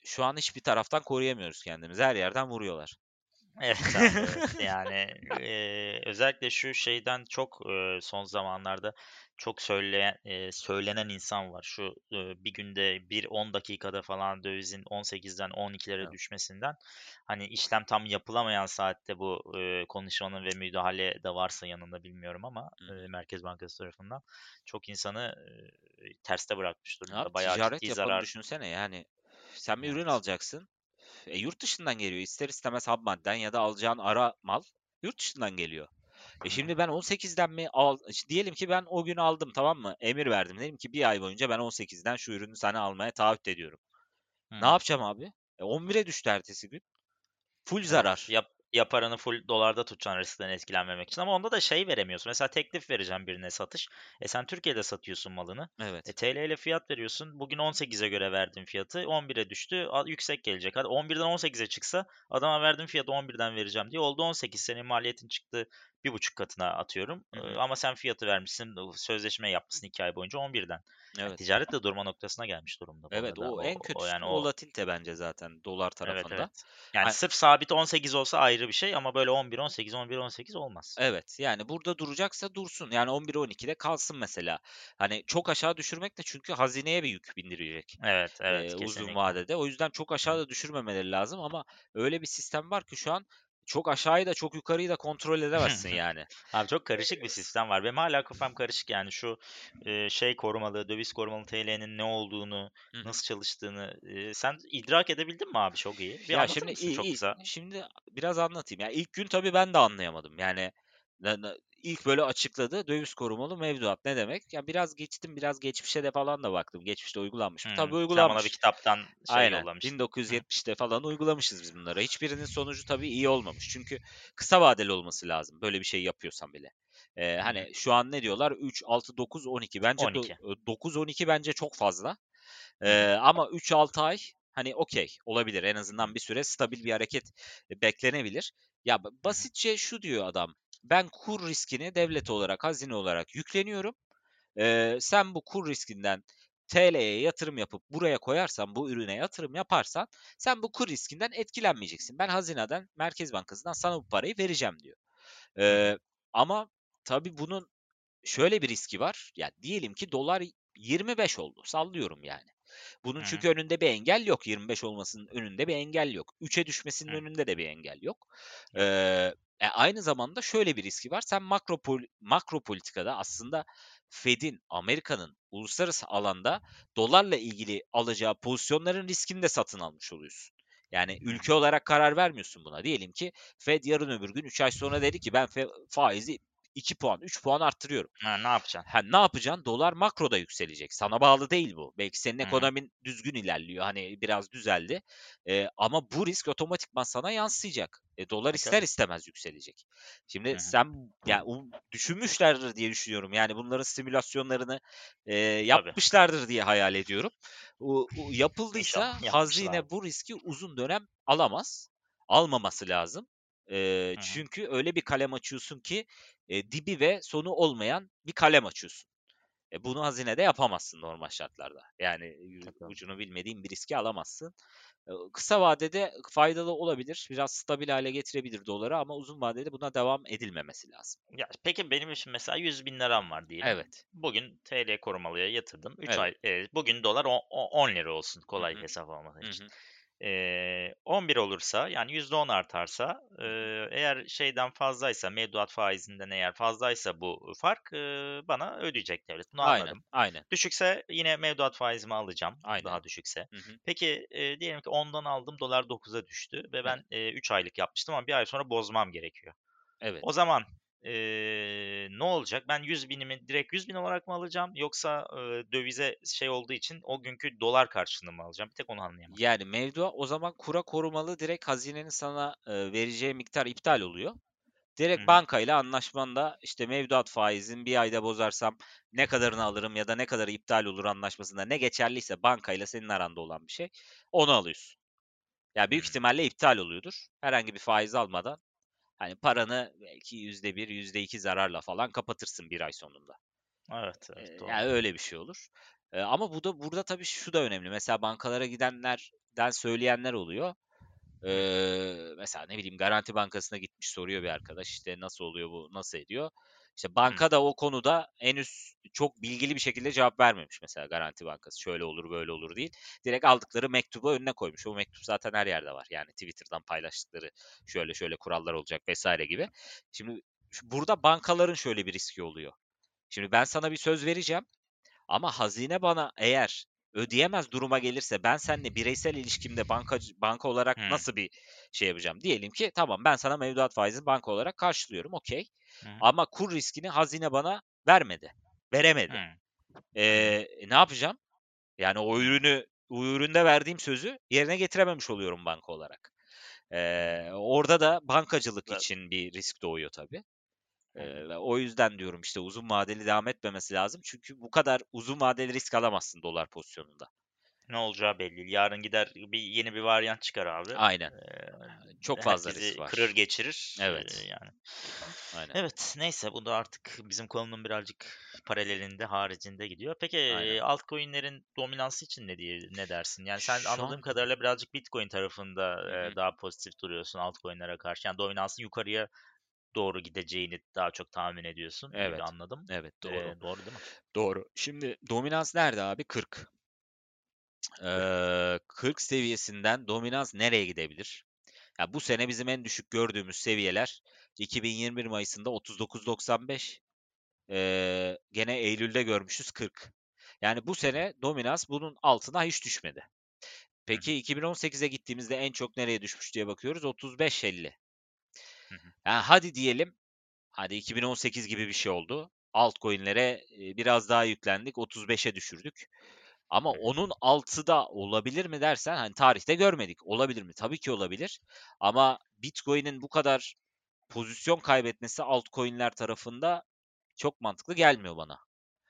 S2: şu an hiçbir taraftan koruyamıyoruz kendimizi. Her yerden vuruyorlar.
S1: Evet abi, evet. Yani, eee, özellikle şu şeyden çok, eee, son zamanlarda çok söyleyen eee, söylenen insan var. Şu, eee, bir günde bir on dakikada falan dövizin on sekizden on ikilere
S2: Evet.
S1: düşmesinden, hani, işlem tam yapılamayan saatte bu, eee, konuşmanın ve müdahale de varsa yanında bilmiyorum ama,
S2: Hı
S1: eee,
S2: hı.
S1: Merkez Bankası tarafından çok insanı, eee, terste bırakmış
S2: Abi
S1: durumda. Bayağı
S2: ticaret
S1: ciddi
S2: yapanı
S1: zarar.
S2: düşünsene yani. Sen bir ürün
S1: Evet.
S2: alacaksın. E, yurt dışından geliyor. İster istemez ham madden ya da alacağın ara mal yurt dışından geliyor. E
S1: Hı hı.
S2: şimdi ben on sekizden mi al işte diyelim ki ben o gün aldım, tamam mı? Emir verdim. Dedim ki bir ay boyunca ben on sekizden şu ürünü sana almaya taahhüt ediyorum.
S1: Hı
S2: Ne
S1: hı.
S2: yapacağım abi? E on bire düştü ertesi gün. Full
S1: Evet.
S2: zarar.
S1: Yap ya paranı full dolarda tutacaksın riskten etkilenmemek için ama onda da şey veremiyorsun. Mesela teklif vereceğim birine satış. E sen Türkiye'de satıyorsun malını. E
S2: Evet.
S1: T L ile fiyat veriyorsun. Bugün on sekize göre verdiğin fiyatı on bire düştü. a- Yüksek gelecek. Hadi on birden on sekize çıksa adama verdiğim fiyatı on birden vereceğim diye oldu on sekiz. Senin maliyetin çıktı bir buçuk katına atıyorum.
S2: Hı
S1: E,
S2: hı.
S1: ama sen fiyatı vermişsin. Sözleşme yapmışsın iki ay boyunca on birden. Yani
S2: Evet.
S1: ticaret de durma noktasına gelmiş durumda bu
S2: Evet,
S1: arada.
S2: o
S1: O,
S2: en
S1: o
S2: kötüsü
S1: yani
S2: de
S1: o.
S2: volatilite bence zaten dolar
S1: Evet,
S2: tarafında.
S1: evet. Yani
S2: Ha,
S1: sırf sabit on sekiz olsa ayrı bir şey ama böyle on bir on sekiz, on bir on sekiz olmaz.
S2: evet, yani burada duracaksa dursun. Yani on bir on ikide kalsın mesela. Hani çok aşağı düşürmek de çünkü hazineye bir yük bindirecek
S1: Evet,
S2: eee,
S1: evet,
S2: uzun
S1: kesinlikle.
S2: vadede. O yüzden çok
S1: Hı hı.
S2: aşağıda düşürmemeleri lazım ama öyle bir sistem var ki şu an çok aşağıyı da çok yukarıyı da kontrol edemezsin yani.
S1: Abi çok karışık bir sistem var. Benim hala kafam karışık yani şu e, şey korumalı, döviz korumalı T L'nin ne olduğunu,
S2: Hı hı.
S1: nasıl çalıştığını e, sen idrak edebildin mi abi çok iyi? Bir
S2: Ya
S1: anlatır
S2: şimdi
S1: mısın
S2: i
S1: çok
S2: i
S1: kısa?
S2: şimdi biraz anlatayım. Ya ilk gün tabii ben de anlayamadım. Yani na na ilk böyle açıkladı, döviz korumalı mevduat ne demek? Ya biraz geçtim, biraz geçmişe de falan da baktım. Geçmişte uygulanmış mı?
S1: Hı.
S2: Tabii
S1: Sen bana bir
S2: uygulanmış.
S1: kitaptan şey
S2: Aynen.
S1: yollamıştın. Hı hı.
S2: bin dokuz yüz yetmişte falan uygulamışız biz bunları. Hiçbirinin sonucu tabii iyi olmamış. Çünkü kısa vadeli olması lazım. Böyle bir şey yapıyorsan bile. Eee,
S1: Hı hı.
S2: hani şu an ne diyorlar? üç, altı, dokuz, on iki. Bence do-
S1: on iki.
S2: dokuz, on iki bence çok fazla.
S1: Hı hı.
S2: Eee, ama üç altı ay hani okey olabilir. En
S1: Hı hı.
S2: azından bir süre stabil bir hareket e, beklenebilir. Ya ba-
S1: Hı hı.
S2: basitçe şu diyor adam. Ben kur riskini devlet olarak, hazine olarak yükleniyorum. Eee, sen bu kur riskinden T L'ye yatırım yapıp buraya koyarsan, bu ürüne yatırım yaparsan sen bu kur riskinden etkilenmeyeceksin. Ben hazineden, Merkez Bankası'ndan sana bu parayı vereceğim diyor.
S1: Hı hı.
S2: Eee, ama tabii bunun şöyle bir riski var. Ya diyelim ki dolar yirmi beş oldu. Sallıyorum yani. Bunun
S1: Hı hı.
S2: çünkü önünde bir engel yok. yirmi beş olmasının önünde bir engel yok. üçe düşmesinin
S1: Hı.
S2: önünde de bir engel yok.
S1: Yok.
S2: Eee, e, aynı zamanda şöyle bir riski var. Sen makro, pol- makro politikada aslında Fed'in, Amerika'nın uluslararası alanda dolarla ilgili alacağı pozisyonların riskini de satın almış oluyorsun. Yani
S1: Hı
S2: ülke
S1: hı.
S2: olarak karar vermiyorsun buna. Diyelim ki Fed yarın öbür gün üç ay sonra dedi ki ben fe- faizi iki puan, üç puan arttırıyorum.
S1: Ha, ne yapacaksın?
S2: Ha, ne yapacaksın? Dolar makroda yükselecek. Sana bağlı değil bu. Belki senin
S1: Hı hı.
S2: ekonomin düzgün ilerliyor. Hani biraz düzeldi. Eee, ama bu risk otomatikman sana yansıyacak. E, dolar
S1: E
S2: ister
S1: tabii.
S2: istemez yükselecek. Şimdi
S1: Hı hı.
S2: sen ya u- düşünmüşlerdir diye düşünüyorum. Yani bunların simülasyonlarını eee,
S1: Tabii.
S2: yapmışlardır diye hayal ediyorum. U- u- yapıldıysa
S1: İnşallah
S2: hazine
S1: yapmışlardır.
S2: bu riski uzun dönem alamaz. Almaması lazım. Eee,
S1: Hı hı.
S2: çünkü öyle bir kalem açıyorsun ki e, dibi ve sonu olmayan bir kalem açıyorsun. E, bunu hazinede yapamazsın normal şartlarda. Yani e,
S1: Tabii.
S2: ucunu bilmediğin bir riski alamazsın. E, kısa vadede faydalı olabilir. Biraz stabil hale getirebilir doları ama uzun vadede buna devam edilmemesi lazım.
S1: Ya, peki benim için mesela yüz bin liram var diyelim.
S2: Evet.
S1: Bugün T L korumalıya yatırdım. üç
S2: Evet.
S1: ay, eee, bugün dolar o o on lira olsun
S2: Hı
S1: kolay
S2: hı.
S1: hesap olması
S2: Hı
S1: için.
S2: hı.
S1: Eee, on bir olursa yani yüzde on artarsa,
S2: Hı hı.
S1: eee, eğer şeyden fazlaysa mevduat faizinden eğer fazlaysa bu fark, eee, bana ödeyecek devlet. Bunu
S2: Aynen.
S1: anladım.
S2: Aynen.
S1: Düşükse yine mevduat faizimi alacağım,
S2: Aynen.
S1: daha düşükse.
S2: Hı hı.
S1: Peki, eee, diyelim ki ondan aldım, dolar dokuza düştü ve
S2: Evet.
S1: ben, eee, üç aylık yapmıştım ama bir ay sonra bozmam gerekiyor. O
S2: Evet.
S1: zaman, eee, ne olacak? Ben yüz binimi direkt yüz bin olarak mı alacağım yoksa, eee, dövize şey olduğu için o günkü dolar karşılığında mı alacağım? Bir tek onu anlayamadım.
S2: Yani mevduat o zaman kura korumalı direkt hazinenin sana e, vereceği miktar iptal oluyor.
S1: Hı
S2: Direkt
S1: hı.
S2: bankayla anlaşmanda işte mevduat faizin bir ayda bozarsam ne kadarını alırım ya da ne kadarı iptal olur anlaşmasında ne geçerliyse bankayla senin aranda olan bir şey onu alıyorsun. Ya büyük
S1: Hımm.
S2: ihtimalle iptal oluyordur. Herhangi bir faiz almadan hani paranı belki yüzde bir, yüzde iki zararla falan kapatırsın bir ay sonunda.
S1: Evet,
S2: Eee,
S1: evet, doğru.
S2: yani öyle bir şey olur. Eee, ama bu da burada tabii şu da önemli. Mesela bankalara gidenlerden söyleyenler oluyor.
S1: Hı hı.
S2: Eee, mesela ne bileyim Garanti Bankası'na gitmiş soruyor bir arkadaş işte nasıl oluyor bu, nasıl ediyor? İşte
S1: Hı
S2: banka da o konuda henüz çok bilgili bir şekilde cevap vermemiş mesela Garanti Bankası. Şöyle olur böyle olur değil. Direkt aldıkları mektubu önüne koymuş. O mektup zaten her yerde var. Yani Twitter'dan paylaştıkları şöyle şöyle kurallar olacak vesaire gibi. Şimdi şu- burada bankaların şöyle bir riski oluyor. Şimdi ben sana bir söz vereceğim. Ama hazine bana eğer ödeyemez duruma gelirse ben seninle bireysel ilişkimde bankacı, banka olarak
S1: hı.
S2: nasıl bir şey yapacağım? Diyelim ki tamam ben sana mevduat faizini banka olarak karşılıyorum okey.
S1: Hı hı.
S2: Ama kur riskini hazine bana vermedi. Veremedi.
S1: Hı
S2: Ee,
S1: hı.
S2: e, ne yapacağım? Yani o
S1: Hı
S2: ürünü o üründe verdiğim sözü yerine getirememiş oluyorum banka olarak. Ee, orada da bankacılık
S1: hı.
S2: için bir risk doğuyor tabii.
S1: Hı hı.
S2: Eee, ve o yüzden diyorum işte uzun vadeli devam etmemesi lazım. Çünkü bu kadar uzun vadeli risk alamazsın dolar pozisyonunda.
S1: Ne olacağı belli değil. Yarın gider bir yeni bir varyant çıkar abi.
S2: Aynen.
S1: Eee,
S2: Çok fazla risk
S1: herkesi kırır
S2: var.
S1: geçirir, eee,
S2: Evet.
S1: yani.
S2: Aynen.
S1: Evet, neyse bu da artık bizim konunun birazcık paralelinde, haricinde gidiyor. Peki,
S2: Aynen.
S1: eee, altcoin'lerin dominansı için ne diye ne dersin? Yani sen
S2: Şu
S1: anladığım
S2: an
S1: kadarıyla birazcık Bitcoin tarafında,
S2: Hı
S1: eee,
S2: hı.
S1: daha pozitif duruyorsun altcoin'lere karşı. Yani dominansın yukarıya doğru gideceğini daha çok tahmin ediyorsun gibi
S2: Evet.
S1: anladım.
S2: Evet, doğru.
S1: Eee, doğru değil mi?
S2: Doğru. Şimdi dominans nerede abi? kırk.
S1: kırk.
S2: Eee, kırk seviyesinden dominans nereye gidebilir? Ya bu sene bizim en düşük gördüğümüz seviyeler iki bin yirmi bir Mayıs'ında otuz dokuz virgül doksan beş. Eee, gene Eylül'de görmüşüz kırk. Yani bu sene dominans bunun altına hiç düşmedi.
S1: Hı hı.
S2: Peki iki bin on sekize gittiğimizde en çok nereye düşmüş diye bakıyoruz. otuz beş elli.
S1: Hı hı.
S2: Yani hadi diyelim, hadi iki bin on sekiz gibi bir şey oldu. Altcoin'lere e, biraz daha yüklendik, otuz beşe düşürdük. Ama
S1: Hı hı.
S2: onun altı da olabilir mi dersen, hani tarihte görmedik. Olabilir mi? Tabii ki olabilir. Ama Bitcoin'in bu kadar pozisyon kaybetmesi altcoin'ler tarafında çok mantıklı gelmiyor bana.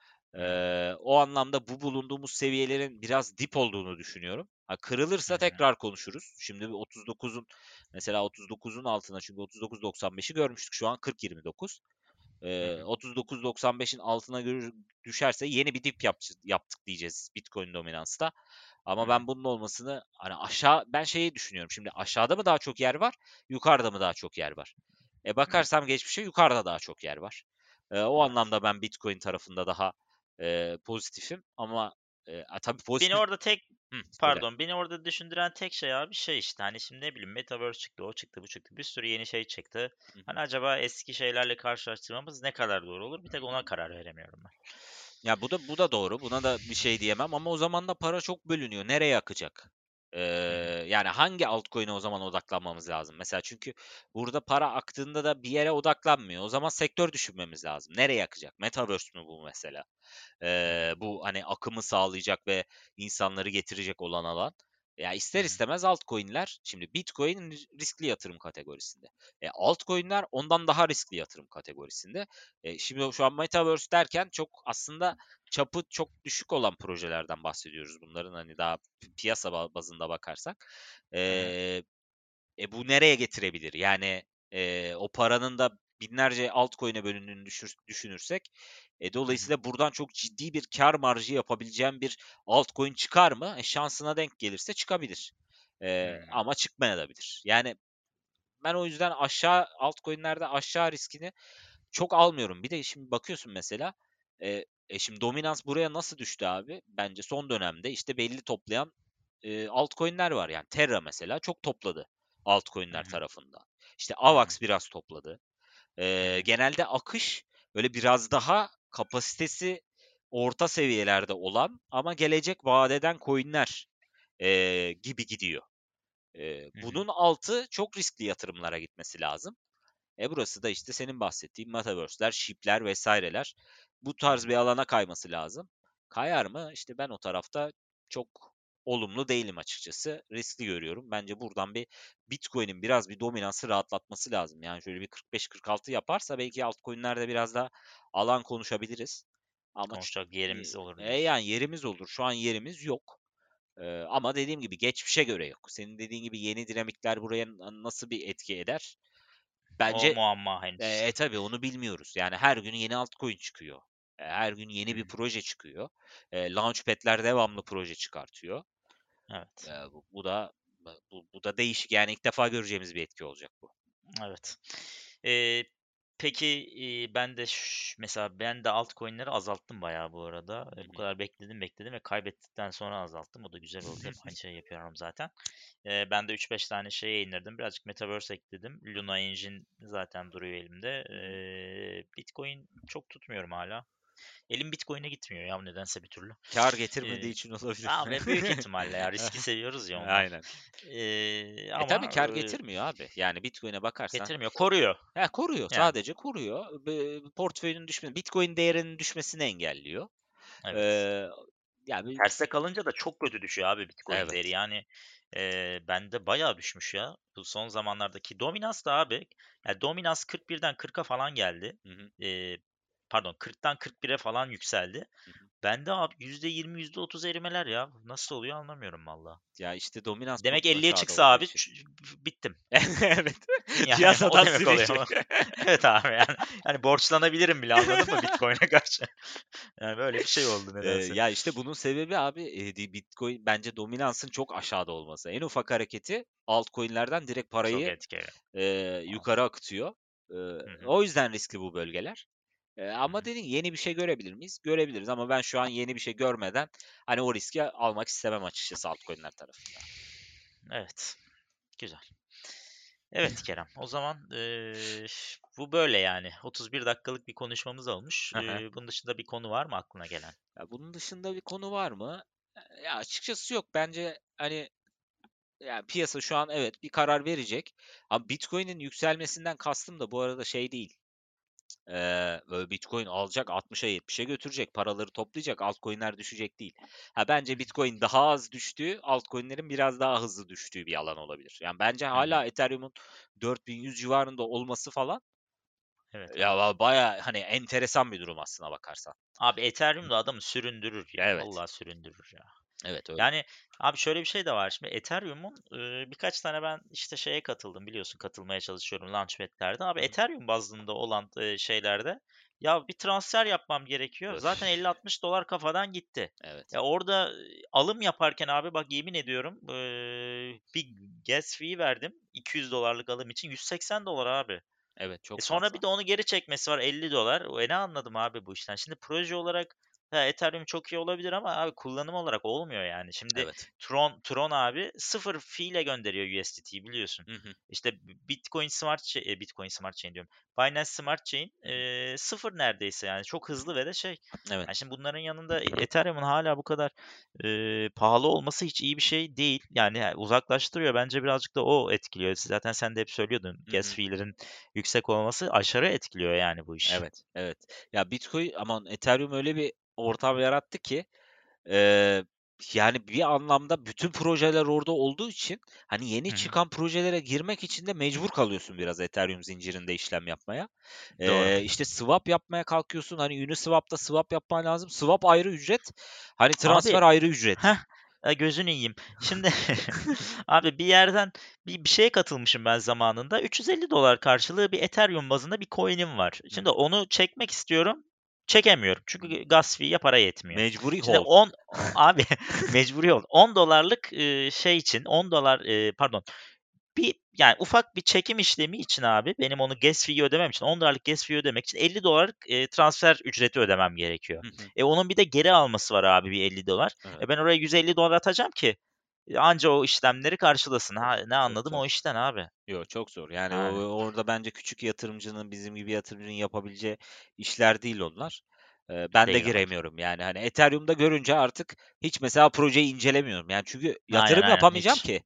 S1: Hımm.
S2: Eee, o anlamda bu bulunduğumuz seviyelerin biraz dip olduğunu düşünüyorum. Ha,
S1: Hı
S2: kırılırsa
S1: hı.
S2: tekrar konuşuruz. Şimdi bir otuz dokuzun mesela otuz dokuzun altına çünkü otuz dokuz virgül doksan beşi görmüştük. Şu an kırk virgül yirmi dokuz.
S1: Hı
S2: Eee,
S1: hı.
S2: otuz dokuz virgül doksan beşin altına görür, düşerse yeni bir dip yapçı- yaptık diyeceğiz Bitcoin dominansta.
S1: Hı
S2: Ama
S1: hı.
S2: ben bunun olmasını hani aşağı ben şeyi düşünüyorum. Şimdi aşağıda mı daha çok yer var, yukarıda mı daha çok yer var? E
S1: Hı hı.
S2: bakarsam geçmişe yukarıda daha çok yer var. Eee, o
S1: Evet.
S2: anlamda ben Bitcoin tarafında daha eee, pozitifim ama eee, a, tabii
S1: Beni
S2: pozitif.
S1: orada tek
S2: Hı, söyle.
S1: pardon, beni orada düşündüren tek şey abi şey işte, hani, şimdi ne bileyim Metaverse çıktı, o çıktı, bu çıktı. Bir sürü yeni şey çıktı.
S2: Hı
S1: Hani,
S2: hı.
S1: acaba eski şeylerle karşılaştırmamız ne kadar doğru olur? Bir tek ona karar veremiyorum ben.
S2: Ya bu da bu da doğru. Buna da bir şey diyemem ama o zaman da para çok bölünüyor. Nereye akacak? Eee,
S1: Hı hı.
S2: yani hangi altcoin'e o zaman odaklanmamız lazım? Mesela çünkü burada para aktığında da bir yere odaklanmıyor. O zaman sektör düşünmemiz lazım. Nereye akacak? Metaverse mü bu mesela?
S1: Hı hı.
S2: Eee, bu hani akımı sağlayacak ve insanları getirecek olan alan. Ya
S1: Hı
S2: ister
S1: hı.
S2: istemez altcoin'ler şimdi Bitcoin ri- riskli yatırım kategorisinde. E, altcoin'ler ondan daha riskli yatırım kategorisinde. E, şimdi şu an Metaverse derken çok aslında çapı çok düşük olan projelerden bahsediyoruz bunların hani daha pi- piyasa ba- bazında bakarsak.
S1: Hı hı.
S2: E, e, bu nereye getirebilir? Yani e, o paranın da binlerce altcoin'e bölündüğünü düşür- düşünürsek e,
S1: Hı hı.
S2: dolayısıyla buradan çok ciddi bir kar marjı yapabileceğim bir altcoin çıkar mı? E, şansına denk gelirse çıkabilir. E,
S1: Hımm.
S2: ama çıkmayabilir. Yani ben o yüzden aşağı altcoin'lerde aşağı riskini çok almıyorum. Bir de şimdi bakıyorsun mesela e, e şimdi dominans buraya nasıl düştü abi? Bence son dönemde işte belli toplayan e, altcoin'ler var. Yani Terra mesela çok topladı
S1: Hı
S2: altcoin'ler
S1: hı.
S2: tarafında. İşte
S1: Hı hı.
S2: Avax biraz topladı.
S1: Hı
S2: E,
S1: hı.
S2: genelde akış böyle biraz daha kapasitesi orta seviyelerde olan ama gelecek vaat eden coin'ler e, gibi gidiyor. E,
S1: Hı hı.
S2: bunun altı çok riskli yatırımlara gitmesi lazım. E burası da işte senin bahsettiğin metaverse'ler, ship'ler vesaireler. Bu
S1: Hı
S2: tarz
S1: hı.
S2: bir alana kayması lazım. Kayar mı? İşte ben o tarafta çok olumlu değilim açıkçası. Riskli görüyorum. Bence buradan bir Bitcoin'in biraz bir dominansı rahatlatması lazım. Yani şöyle bir kırk beş kırk altı yaparsa belki altcoin'lerde biraz daha alan konuşabiliriz. Ama ç-
S1: Konuşacak yerimiz olur
S2: e,
S1: diyorsun.
S2: yani yerimiz olur. Şu an yerimiz yok. Ee, ama dediğim gibi geçmişe göre yok. Senin dediğin gibi yeni dinamikler buraya n- nasıl bir etki eder?
S1: O
S2: Bence
S1: muamma
S2: e,
S1: henüz.
S2: e, tabii onu bilmiyoruz. Yani her gün yeni altcoin çıkıyor. E, her gün
S1: Hı
S2: yeni bir
S1: hı.
S2: proje çıkıyor. Eee, Launchpad'ler devamlı proje çıkartıyor.
S1: Evet.
S2: Eee, bu bu da bu bu da değişik. Yani ilk defa göreceğimiz bir etki olacak bu.
S1: Evet. Eee, peki, iii, ben de ş mesela ben de altcoin'leri azalttım bayağı bu arada.
S2: Hı
S1: Eee, bu
S2: hı.
S1: kadar bekledim, bekledim ve kaybettikten sonra azalttım. O da güzel oldu. Hep aynı şeyi yapıyorum zaten. Eee, ben de üç beş tane şeye indirdim. Birazcık Metaverse ekledim. Luna Engine zaten duruyor elimde.
S2: Hı hı.
S1: Eee, Bitcoin çok tutmuyorum hala. Elim Bitcoin'e gitmiyor ya nedense bir türlü.
S2: Kâr getirmediği
S1: Eee,
S2: için olabilir.
S1: abi büyük ihtimalle ya riski seviyoruz ya ondan.
S2: Aynen.
S1: Eee,
S2: E, tabii
S1: ama,
S2: kâr
S1: eee,
S2: getirmiyor abi. Yani Bitcoin'e bakarsan
S1: getirmiyor, koruyor
S2: he, koruyor,
S1: yani.
S2: sadece koruyor. Be portföyünün düşme Bitcoin değerinin düşmesini engelliyor.
S1: Evet.
S2: Eee, yani
S1: Terste kalınca da çok kötü düşüyor abi Bitcoin değeri.
S2: Evet.
S1: Yani, eee, bende bayağı düşmüş ya. Bu son zamanlardaki Dominans da abi, ya Dominans kırk birden kırka falan geldi.
S2: Hı hı.
S1: Eee, pardon kırktan kırk bire falan yükseldi.
S2: Hı hı.
S1: Bende abi yüzde yirmi yüzde otuz erimeler ya. Nasıl oluyor anlamıyorum valla.
S2: Ya, işte dominans çok
S1: Demek elliye
S2: aşağıda
S1: çıksa
S2: olduğu
S1: abi
S2: için.
S1: ç bittim.
S2: Evet.
S1: Yani o
S2: Piyasadan
S1: demek oluyor.
S2: silinecek.
S1: Evet abi yani, hani borçlanabilirim bile anladın mı Bitcoin'e karşı? Yani böyle bir şey oldu
S2: Eee,
S1: nedense.
S2: ya, işte bunun sebebi abi, eee, di Bitcoin bence dominansın çok aşağıda olması. En ufak hareketi altcoin'lerden direkt
S1: Çok
S2: parayı,
S1: etkili.
S2: eee,
S1: Ah.
S2: yukarı akıtıyor. Eee,
S1: Hı hı.
S2: o yüzden riskli bu bölgeler. Eee,
S1: Hı
S2: ama
S1: hı.
S2: dediğin gibi yeni bir şey görebilir miyiz? Görebiliriz ama ben şu an yeni bir şey görmeden, hani, o riski almak istemem açıkçası altcoin'ler tarafında.
S1: Evet, güzel. Evet Kerem, o zaman, eee, bu böyle yani. otuz bir dakikalık bir konuşmamız olmuş.
S2: Hı hı.
S1: Eee, bunun dışında bir konu var mı aklına gelen?
S2: Ya, bunun dışında bir konu var mı? Eee, ya, açıkçası yok. Bence, hani, ya, piyasa şu an evet bir karar verecek ama Bitcoin'in yükselmesinden kastım da bu arada şey değil. Eee, böyle Bitcoin alacak altmışa yetmişe götürecek, paraları toplayacak, altcoin'ler düşecek değil. Ha,
S1: Hı
S2: bence
S1: hı.
S2: Bitcoin daha az düştüğü, altcoin'lerin biraz daha hızlı düştüğü bir alan olabilir. Yani bence
S1: Hı hı.
S2: hâlâ Ethereum'un dört bin yüz civarında olması falan,
S1: Evet
S2: ya,
S1: abi.
S2: va bayağı, hani, enteresan bir durum aslına bakarsan.
S1: Abi Ethereum da adamı süründürür ya.
S2: Evet,
S1: Vallahi süründürür ya.
S2: evet öyle.
S1: Yani abi şöyle bir şey de var. Şimdi Ethereum'un eee, birkaç tane ben işte şeye katıldım biliyorsun katılmaya çalışıyorum Launchpad'lerde. Abi
S2: Hı hı.
S1: Ethereum bazında olan eee, şeylerde ya bir transfer yapmam gerekiyor. Zaten
S2: Öf,
S1: elli altmış dolar kafadan gitti.
S2: evet,
S1: Ya orada e, alım yaparken abi bak yemin ediyorum eee, bir gas fee verdim. iki yüz dolarlık alım için yüz seksen dolar abi.
S2: evet
S1: E,
S2: çok
S1: sonra bir
S2: fazla.
S1: de onu geri çekmesi var elli dolar. E, ne anladım abi bu işten? Şimdi proje olarak ha, Ethereum çok iyi olabilir ama abi kullanım olarak olmuyor yani. Şimdi
S2: Evet.
S1: Tron Tron abi sıfır fee ile gönderiyor U S D T'yi biliyorsun.
S2: Hı hı.
S1: İşte Bitcoin Smart Chain, e, Bitcoin Smart Chain diyorum. Binance Smart Chain
S2: Hı hı.
S1: e, sıfır neredeyse yani çok hızlı ve de şey.
S2: Evet,
S1: Yani şimdi bunların yanında Ethereum'un hala bu kadar e, pahalı olması hiç iyi bir şey değil. Yani yani uzaklaştırıyor. Bence birazcık da o etkiliyor. Zaten sen de hep söylüyordun
S2: hı
S1: gas
S2: hı.
S1: fee'lerin yüksek olması aşırı etkiliyor yani bu iş.
S2: Evet, evet. Ya Bitcoin aman Ethereum öyle bir ortam yarattı ki Eee, yani, bir anlamda bütün projeler orada olduğu için, hani, yeni
S1: Hı hı.
S2: çıkan projelere girmek için de mecbur kalıyorsun biraz Ethereum zincirinde işlem yapmaya.
S1: Doğru.
S2: Eee, işte, swap yapmaya kalkıyorsun, hani, Uniswap'ta swap yapman lazım. Swap ayrı ücret, hani,
S1: Abi
S2: transfer ayrı ücret.
S1: heh, eee, gözünü yiyeyim. Şimdi abi bir yerden bir bir şeye katılmışım ben zamanında. üç yüz elli dolar karşılığı bir Ethereum bazında bir coin'im var.
S2: Hı
S1: Şimdi
S2: hı.
S1: onu çekmek istiyorum, çekemiyorum. Çünkü gas fee'ye para yetmiyor.
S2: Mecburi
S1: Şimdi
S2: hold.
S1: on abi mecburi ol. on dolarlık eee, şey için on dolar eee, pardon bir yani ufak bir çekim işlemi için abi benim onu gas fee'yi ödemem için on dolarlık gas fee ödemek için elli dolarlık eee, transfer ücreti ödemem gerekiyor.
S2: Hı hı.
S1: E, onun bir de geri alması var abi bir elli dolar.
S2: Evet.
S1: E, ben oraya yüz elli dolar atacağım ki e, anca o işlemleri karşılasın. Ha, ne
S2: Çok
S1: anladım
S2: zor.
S1: o işten abi.
S2: Yo, çok zor. Yani, o
S1: Yani
S2: orada bence küçük yatırımcının, bizim gibi yatırımcının yapabileceği işler değil onlar. Eee, ben de
S1: değil abi.
S2: giremiyorum. Yani, hani, Ethereum'da görünce artık hiç mesela projeyi incelemiyorum. Yani, çünkü
S1: Aynen
S2: yatırım
S1: aynen
S2: yapamayacağım
S1: hiç.
S2: ki.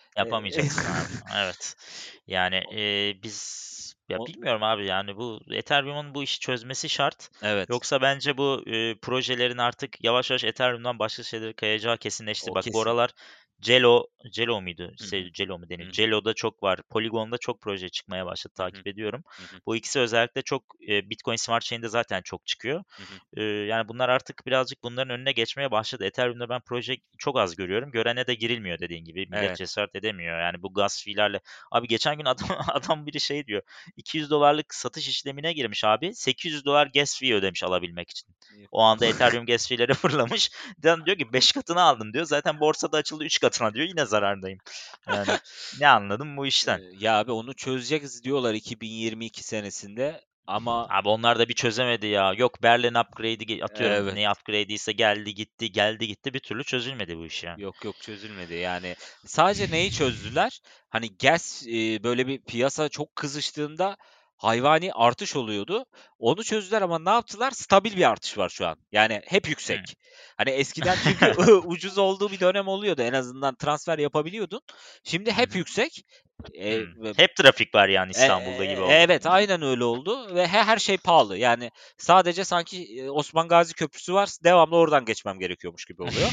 S2: Eee
S1: Yapamayacaksın abi. Evet. Yani,
S2: O
S1: eee, biz ya
S2: o
S1: bilmiyorum abi yani bu Ethereum'un bu işi çözmesi şart.
S2: Evet.
S1: Yoksa bence bu, eee, projelerin artık yavaş yavaş Ethereum'dan başka şeylere kayacağı kesinleşti.
S2: O
S1: Bak bu
S2: kesin.
S1: aralar Celo, Celo muydu?
S2: Hı hı.
S1: Se- Celo mu deniyor?
S2: Hı hı.
S1: Celo'da çok var. Polygon'da çok proje çıkmaya başladı.
S2: Hı hı.
S1: Takip ediyorum.
S2: Hı hı.
S1: Bu ikisi özellikle çok e, Bitcoin Smart Chain'de zaten çok çıkıyor.
S2: Hı hı.
S1: E, yani bunlar artık birazcık bunların önüne geçmeye başladı. Ethereum'da ben proje çok az görüyorum. Görene de girilmiyor dediğin gibi. Millet
S2: Evet.
S1: cesaret edemiyor. Yani bu gas fee'lerle. Abi geçen gün adam adam biri şey diyor. iki yüz dolarlık satış işlemine girmiş abi. sekiz yüz dolar gas fee ödemiş alabilmek için. O anda Ethereum gas fee'leri fırlamış. Diyor diyor ki beş katını aldım diyor. Zaten borsada açıldı üç katına diyor. Yine zarardayım. Yani ne anladım bu işten?
S2: Eee, ya abi onu çözeceğiz diyorlar iki bin yirmi iki senesinde ama
S1: Abi onlar da bir çözemedi ya. Yok Berlin upgrade'i ge- atıyorum. Ne
S2: evet.
S1: upgrade'iyse geldi gitti geldi gitti bir türlü çözülmedi bu iş ya.
S2: Yok yok çözülmedi. Yani sadece neyi çözdüler? Hani gas eee, böyle bir piyasa çok kızıştığında hayvani artış oluyordu. Onu çözdüler ama ne yaptılar? Stabil bir artış var şu an. Yani hep
S1: Hı.
S2: yüksek. Hani eskiden çünkü ucuz olduğu bir dönem oluyordu. En azından transfer yapabiliyordun. Şimdi
S1: Hı
S2: hep
S1: hı.
S2: yüksek. Eee,
S1: Hı.
S2: ve
S1: Hep trafik var yani
S2: e
S1: İstanbul'da gibi oldu.
S2: evet, aynen öyle oldu ve he her şey pahalı. Yani sadece sanki, eee, Osman Gazi Köprüsü var, devamlı oradan geçmem gerekiyormuş gibi oluyor.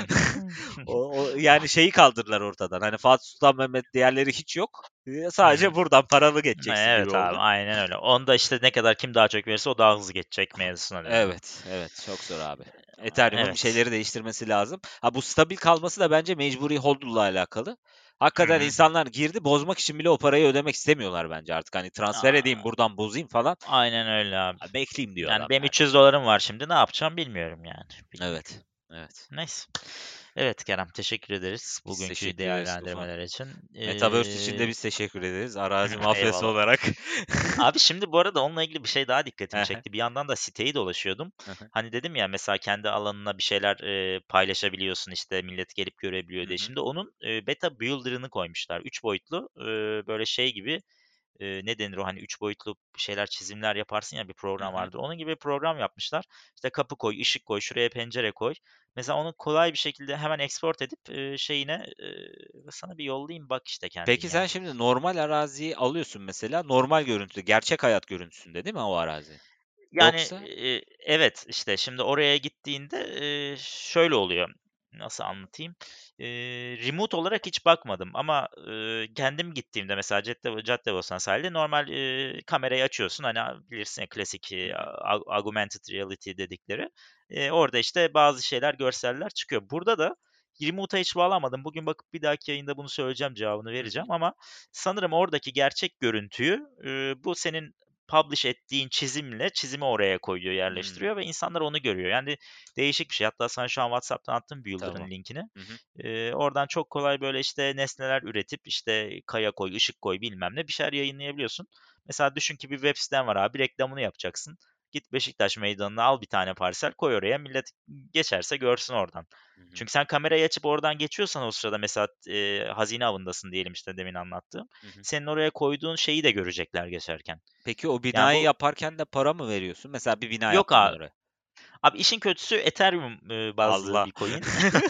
S2: O o yani şeyi kaldırdılar ortadan. Hani Fatih Sultan Mehmet diğerleri hiç yok. Eee,
S1: Hı hı.
S2: sadece buradan paralı geçeceksin gibi
S1: Evet abi
S2: oldu.
S1: aynen öyle. Onda işte ne kadar kim daha çok verirse o daha hızlı geçecek mevzusuna döndü.
S2: Evet, evet çok zor abi. Ethereum'un bir
S1: Evet.
S2: şeyleri değiştirmesi lazım. Ha bu stabil kalması da bence mecburi hodl'la alakalı.
S1: Hı
S2: Hakikaten
S1: hı.
S2: insanlar girdi bozmak için bile o parayı ödemek istemiyorlar bence artık. Hani transfer edeyim
S1: Aa,
S2: buradan bozayım falan.
S1: aynen öyle abi.
S2: Ha, bekleyeyim diyor
S1: Yani
S2: adam
S1: benim
S2: yani.
S1: üç yüz dolarım var şimdi. Ne yapacağım bilmiyorum yani. Bilmiyorum.
S2: Evet, evet.
S1: Neyse. Evet Kerem teşekkür ederiz
S2: Biz
S1: bugünkü
S2: teşekkür ederiz Tufan.
S1: değerlendirmeler için.
S2: Metaverse için de
S1: Ee,
S2: biz teşekkür ederiz. Arazi mafyası
S1: eyvallah.
S2: olarak.
S1: Abi şimdi bu arada onunla ilgili bir şey daha dikkatimi
S2: Hı hı.
S1: çekti. Bir yandan da siteyi dolaşıyordum.
S2: Hı hı.
S1: Hani dedim ya mesela kendi alanına bir şeyler e, paylaşabiliyorsun işte millet gelip
S2: Hı
S1: görebiliyor diye.
S2: hı.
S1: Şimdi onun e, beta builder'ını koymuşlar. Üç boyutlu e, böyle şey gibi e, ne denir o hani üç boyutlu şeyler çizimler yaparsın ya bir
S2: Hı
S1: program
S2: hı.
S1: vardır. Onun gibi bir program yapmışlar. İşte kapı koy, ışık koy, şuraya pencere koy. Mesela onu kolay bir şekilde hemen export edip e, şeyine e, sana bir yollayayım bak işte kendin
S2: Peki sen
S1: ya.
S2: şimdi normal araziyi alıyorsun mesela. Normal görüntüde, gerçek hayat görüntüsünde değil mi o arazi?
S1: Yani,
S2: Yoksa
S1: eee, evet, işte, şimdi oraya gittiğinde, eee, şöyle oluyor, nasıl anlatayım? Eee, remote olarak hiç bakmadım ama, eee, kendim gittiğimde mesela Cadde Caddebostan sahilde normal, eee, kamerayı açıyorsun. Hani, a bilirsin ya klasik,
S2: Hı
S1: eee,
S2: hı.
S1: a augmented reality dedikleri. Eee, orada, işte, bazı şeyler, görseller çıkıyor. Burada da remote'a hiç bağlanmadım. Bugün bakıp bir dahaki yayında bunu söyleyeceğim, cevabını
S2: Hı hı.
S1: vereceğim ama sanırım oradaki gerçek görüntüyü, eee, bu senin publish ettiğin çizimle çizimi oraya koyuyor,
S2: Hımm.
S1: yerleştiriyor ve insanlar onu görüyor. Yani değişik bir şey. Hatta sana şu an WhatsApp'tan attım
S2: Tamam.
S1: Builder'ın linkini.
S2: Hı hı.
S1: Eee, oradan çok kolay böyle işte nesneler üretip işte kaya koy, ışık koy bilmem ne bir şeyler yayınlayabiliyorsun. Mesela düşün ki bir web siten var abi reklamını yapacaksın. Git Beşiktaş Meydanı'na al bir tane parsel koy oraya millet geçerse görsün oradan.
S2: Hı hı.
S1: Çünkü sen kamerayı açıp oradan geçiyorsan o sırada mesela eee, hazine avındasın diyelim işte demin anlattığım.
S2: Hı hı.
S1: Senin oraya koyduğun şeyi de görecekler geçerken.
S2: Peki o
S1: Yani
S2: binayı
S1: bu
S2: yaparken de para mı veriyorsun? Mesela bir bina
S1: yok
S2: yaptım ben
S1: abi.
S2: oraya.
S1: Abi işin kötüsü Ethereum eee, bazlı
S2: Allah!
S1: bir coin.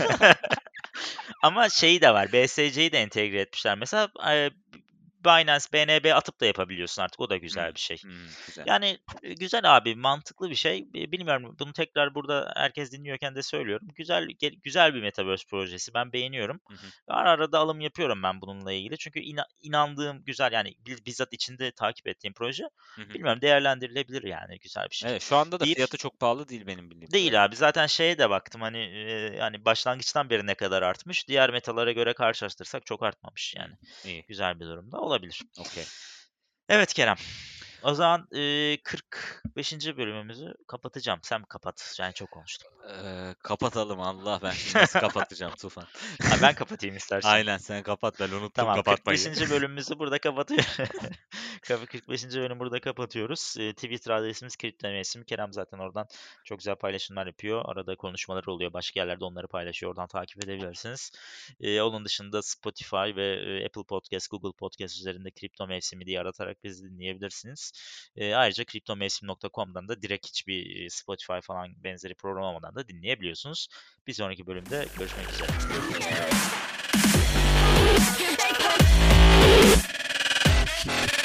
S1: Ama şeyi de var, B S C'yi de entegre etmişler. Mesela eee, Binance, B N B atıp da yapabiliyorsun artık. O da güzel
S2: Hımm.
S1: bir şey.
S2: Hımm. Güzel.
S1: Yani e, güzel abi, mantıklı bir şey. Bi- Bilmiyorum. Bunu tekrar burada herkes dinliyorken de söylüyorum. Güzel ge- güzel bir metaverse projesi. Ben beğeniyorum.
S2: Hı hı.
S1: Ara ara da alım yapıyorum ben bununla ilgili. Çünkü ina- inandığım güzel yani bi- bizzat içinde takip ettiğim proje.
S2: Hı hı.
S1: Bilmiyorum değerlendirilebilir yani güzel bir şey.
S2: Evet, şu anda da
S1: Deyip
S2: fiyatı çok pahalı değil benim bildiğim
S1: değil
S2: kadarıyla.
S1: abi. Zaten şeye de baktım hani, eee, hani başlangıçtan beri ne kadar artmış. Diğer metalara göre karşılaştırırsak çok artmamış
S2: Hımm.
S1: yani.
S2: İyi.
S1: Güzel bir durumda olabilir.
S2: Okay.
S1: Evet Kerem. O zaman eee, kırk beşinci bölümümüzü kapatacağım. Sen kapat. Yani çok konuştum.
S2: Eee, kapatalım. Allah ben şimdi nasıl kapatacağım Tufan?
S1: Ha, ben kapatayım istersen.
S2: Aynen sen kapat ben unuttum
S1: Tamam,
S2: kapatmayı.
S1: kırk beşinci bölümümüzü burada kapatıyoruz. Kafa kırk beşinci bölümü burada kapatıyoruz. Eee, Twitter adresimiz Kripto Mevsim. Kerem zaten oradan çok güzel paylaşımlar yapıyor. Arada konuşmaları oluyor. Başka yerlerde onları paylaşıyor. Oradan takip edebilirsiniz. Eee, onun dışında Spotify ve e, Apple Podcast, Google Podcast üzerinde Kripto Mevsimi diye aratarak bizi dinleyebilirsiniz. Eee, ayrıca kripto mevsim nokta com'dan da direkt hiçbir e, Spotify falan benzeri program olmadan da dinleyebiliyorsunuz. Bir sonraki bölümde görüşmek üzere.